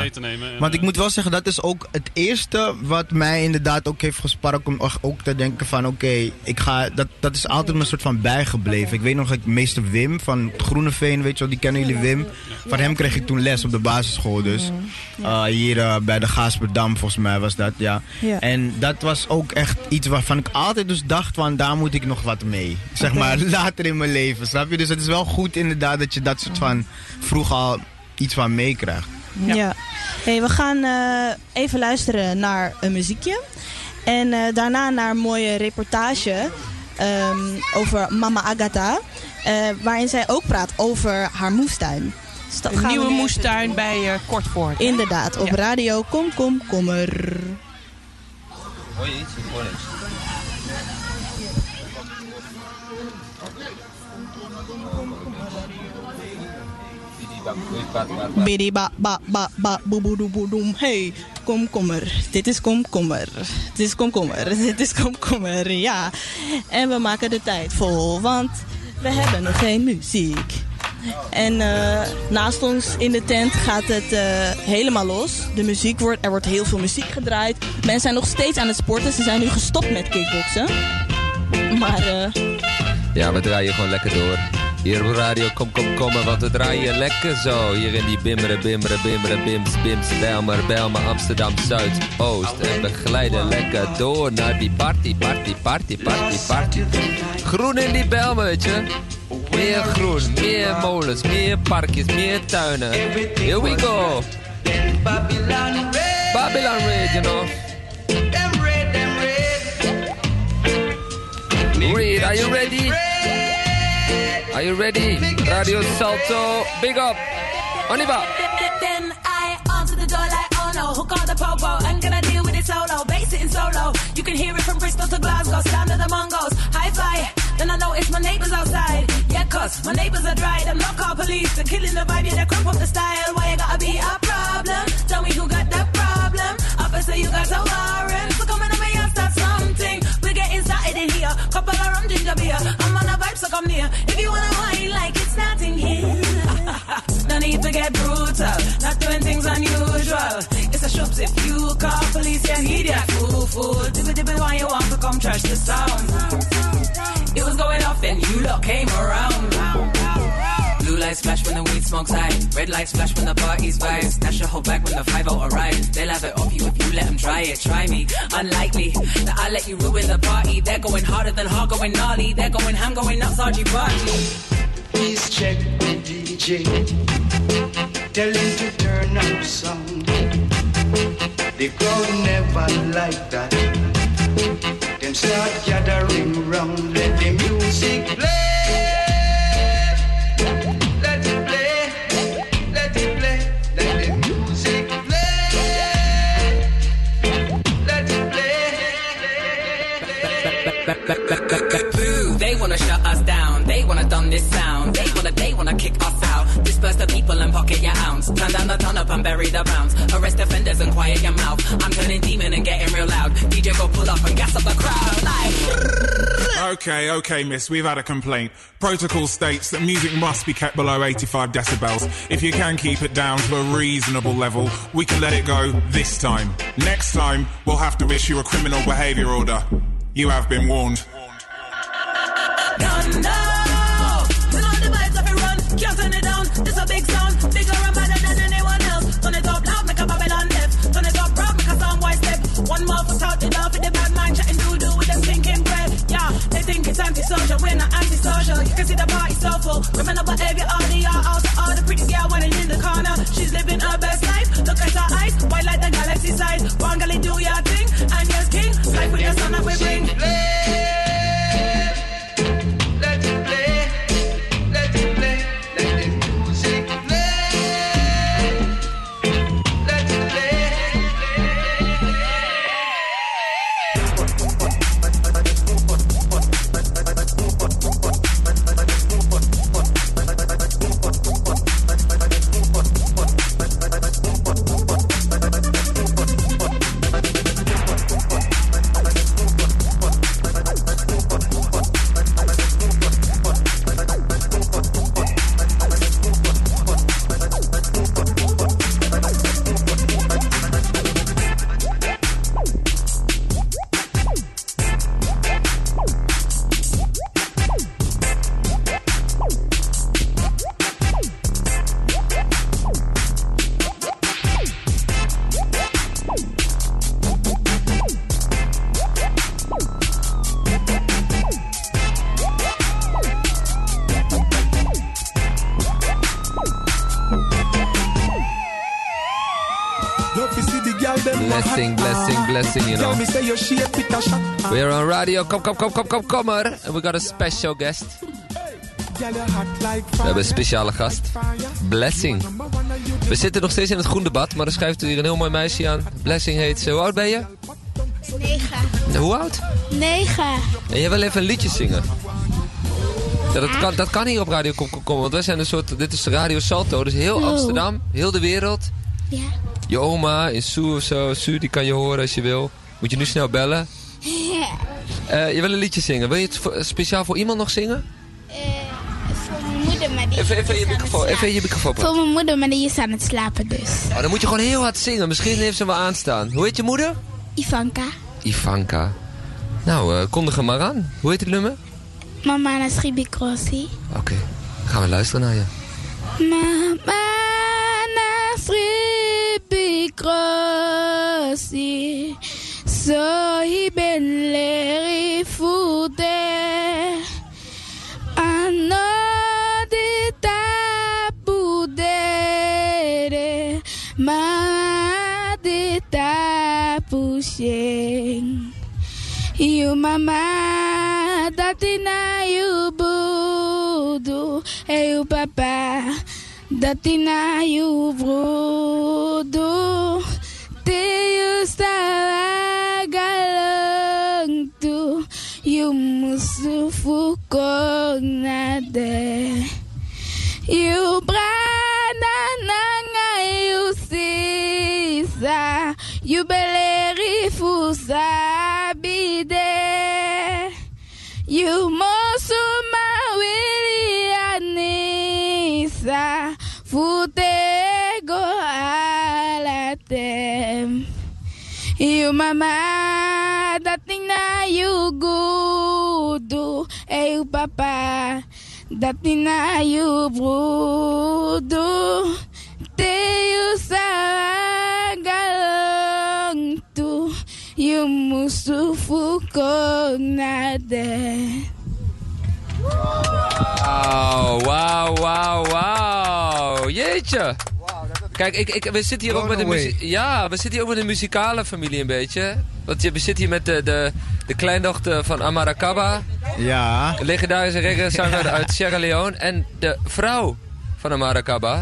mee te nemen. En, want ik moet wel zeggen, dat is ook het eerste wat mij inderdaad ook heeft gesparkt om ook te denken van oké, dat is altijd een soort van bijgebleven. Ik weet nog dat meester Wim van Groeneveen, weet je wel, die kennen jullie Wim. Van hem kreeg ik toen les op de basisschool dus. Hier bij de Gaasperdam volgens mij was dat, ja. En dat was ook echt iets waarvan ik altijd dus dacht van daar moet ik nog wat mee. Zeg maar later in mijn leven, snap je? Dus het is wel goed inderdaad dat je dat soort van vroeg al iets van meekrijgt. Ja. Hey, we gaan even luisteren naar een muziekje. En daarna naar een mooie reportage over Mama Agatha. Waarin zij ook praat over haar moestuin. Dus een nieuwe moestuin bij Kortvoort. Inderdaad, op radio Komkommer. Hoor je iets? Ik hoor niks. Bidi ba ba ba ba boeboedoeboedoem. Hey, komkommer. Dit is komkommer. Dit is komkommer. Dit is komkommer. Ja. En we maken de tijd vol, want we hebben nog geen muziek. En naast ons in de tent gaat het helemaal los. Er wordt heel veel muziek gedraaid. Mensen zijn nog steeds aan het sporten. Ze zijn nu gestopt met kickboksen. Maar ja, we draaien gewoon lekker door. Hier op radio Komkommer, want we draaien lekker zo. Hier in die bimmeren, bims, Bijlmer, Amsterdam, Zuidoost. En we glijden lekker door naar die party. Groen in die Bijlmer, weet je. Meer groen, meer molens, meer parkjes, meer tuinen. Here we go. Babylon Red, you know. Red, are you ready? Are you ready? Radio Salto, big up. Oniba. Then I answer the door like, oh no, hook on the popo, I'm gonna deal with it solo, bass it in solo. You can hear it from Bristol to Glasgow, sound of the Mongols, hi-fi. Then I know it's my neighbors outside. Yeah, cause my neighbors are dry. Them not call police. They're killing the vibe, yeah, they crump up the style. Why you gotta be a problem? Tell me who got the problem. Officer, you got a warrant. So come in and me and start something. We're getting started in here. Couple of rum, ginger beer. I'm on a vibe, so come near. If you wanna wine like it's nothing here. No need to get brutal. Not doing things unusual. It's a shops if you call police, yeah, idiot. Fool. Dibby, why you want to come trash the sound? It was going off and you lot came around. Blue lights flash when the weed smoke's high. Red lights flash when the party's vibes. Snatch your whole back when the 5-0 arrives. They'll have it off you if you let them try it. Try me, unlikely that I let you ruin the party. They're going harder than hard, going gnarly. They're going ham, going nuts, RG party. Please check the DJ. Tell him to turn up sound. The crowd never like that. Then start gathering round, let the music play. Let it play, let it play, let the music play. Let it play. They wanna shut us down, they wanna dumb this sound. They wanna kick us out. Disperse the people and pocket your ounce. Turn down the turn up and bury the rounds. Arrest offenders and quiet your mouth. I'm turning demon and getting real loud. DJ go pull up and gas up the crowd like. Okay, miss, we've had a complaint. Protocol states that music must be kept below 85 decibels. If you can keep it down to a reasonable level, we can let it go this time. Next time, we'll have to issue a criminal behaviour order. You have been warned. Can't turn it down, this a big sound. Bigger and better than anyone else. Turn it up loud, make a Babylon deaf. Turn it up proud, make a soundboy step. One more foot out the door for the bad mind. Chatting doo-doo with them stinking breath. Yeah, they think it's antisocial, we're not antisocial. You can see the party so full. Women up behavior, all the also all the pretty girl running in the corner. She's living her best life. Look at her eyes, white like the galaxy side. One girl, do your thing, and yours king. Life with your son that we bring. Blessing, blessing, blessing, you know. We're on radio, kom er. And we got a special guest. We hebben een speciale gast. Blessing. We zitten nog steeds in het groen debat, maar er schrijft hier een heel mooi meisje aan. Blessing heet ze. Hoe oud ben je? 9. Hoe oud? 9. En jij wil even een liedje zingen? Ja, dat kan hier op Radio Kom, want wij zijn een soort... Dit is Radio Salto, dus heel Amsterdam, heel de wereld. Ja. Je oma in Sue of zo. Sue, die kan je horen als je wil. Moet je nu snel bellen. Je wil een liedje zingen. Wil je het speciaal voor iemand nog zingen? Voor mijn moeder, maar die even je microfoon. Voor mijn moeder, maar die is aan het slapen dus. Oh, dan moet je gewoon heel hard zingen. Misschien heeft ze hem wel aanstaan. Hoe heet je moeder? Ivanka. Nou, kondig hem maar aan. Hoe heet het nummer? Mama na Sribikrosi. Oké, gaan we luisteren naar je. Mama na Sribikrosi. So iben leri fude. Anode tapudere. Ma de tapusheng. You mama datina you budu. Hey you papa datina you brudu. Te you stagalang tu. You musufu konade. You brana nanga you sisa. You beleri fusa bide. You mosuma wili anisa. Futego alatem. You mama dating na you gudu. Hey you papa dating na you brudu. Te you sagalong tu. You musufu konade. Wauw. Jeetje. Kijk, we zitten hier ook met we zitten hier ook met een muzikale familie een beetje. Want we zitten hier met de kleindochter van Amara Kaba. Ja. Een legendarische reggae-zanger uit Sierra Leone. En de vrouw van Amara Kaba.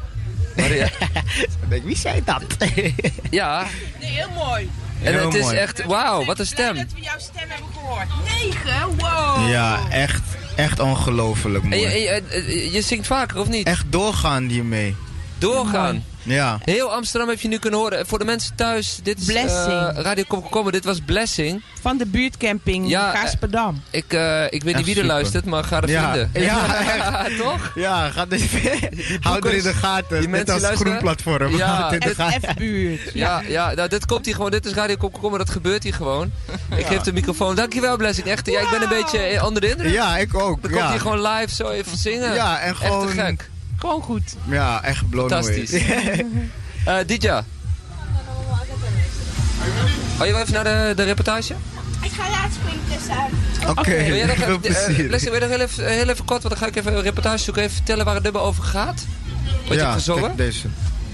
Wie zei dat? Ja. Nee, heel mooi. En het is echt, wauw, wat een stem. Dat we jouw stem hebben gehoord. 9, wow. Ja, echt ongelooflijk mooi. En je zingt vaker, of niet? Echt doorgaan hiermee. Doorgaan. Ja. Heel Amsterdam heb je nu kunnen horen. Voor de mensen thuis, dit is Radio Kom, dit was Blessing. Van de buurtcamping Gasperdam. Ik weet niet wie er luistert, maar ga er vinden. Ja, toch? Ja, ga er houd er in de gaten. Die net als het groenplatform. Ja, het F-buurt. Ja, nou, dit komt hier gewoon. Dit is Radio Kom, dat gebeurt hier gewoon. Ik geef de microfoon. Dankjewel, Blessing. Echt, ja, ik ben een beetje onder de indruk. Ja, ik ook. Dan komt hier gewoon live zo even zingen. Ja, en gewoon... Echt te gek. Gewoon goed. Ja, echt blown away. Fantastisch. Didja. Oh, je wil even naar de reportage? Ik ga laatst springen Oké, veel plezier. Blessing, wil je nog heel even kort, want dan ga ik even een reportage zoeken. Even vertellen waar het nummer over gaat. Wat je hebt gezongen. Kijk deze.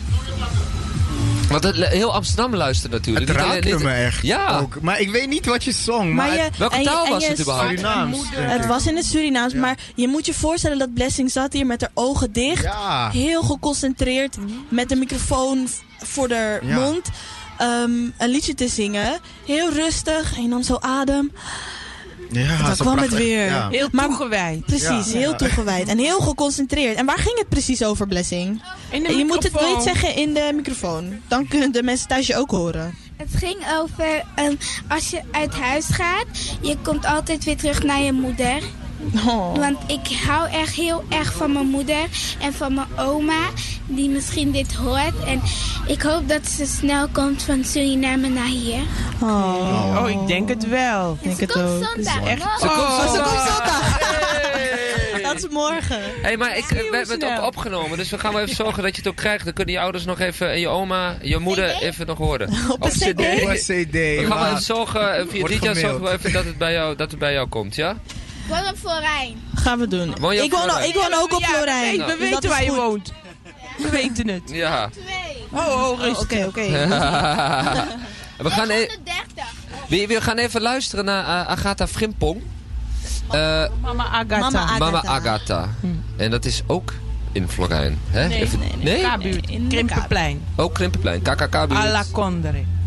Want heel Amsterdam luistert natuurlijk. Het raakte me echt. Ja. Ook. Maar ik weet niet wat je zong. Welke taal was het überhaupt? Surinaams. Het was in het Surinaams, maar je moet je voorstellen dat Blessing zat hier met haar ogen dicht. Ja. Heel geconcentreerd met de microfoon voor de mond. Een liedje te zingen. Heel rustig. En je nam zo adem. Ja, dan kwam het weer. Ja. Heel toegewijd. Precies, heel toegewijd. En heel geconcentreerd. En waar ging het precies over, Blessing? In de je moet het wel zeggen in de microfoon. Dan kunnen de mensen thuis je ook horen. Het ging over als je uit huis gaat, je komt altijd weer terug naar je moeder. Oh. Want ik hou echt heel erg van mijn moeder en van mijn oma, die misschien dit hoort. En ik hoop dat ze snel komt van Suriname naar hier. Oh, ik denk het wel. En ze komt zondag. Ze komt zondag. Dat is morgen. Hé, maar we hebben het ook opgenomen, dus we gaan wel even zorgen dat je het ook krijgt. Dan kunnen je ouders nog even, en je oma, je moeder even nog horen. Op een cd. We gaan wel even zorgen, via DJ zorgen we even dat het bij jou komt, ja? Ik woon op Florijn. Gaan we doen. Ik woon ook op Florijn. We weten waar je woont. We weten het. Ja. 2. Rustig. Oké. We gaan even luisteren naar Agatha Frimpong. Mama Agatha. En dat is ook in Florijn. Hè? Nee? K-buurt. Krimpenplein. Ook Krimpenplein. KKK-buurt. Alla Condre.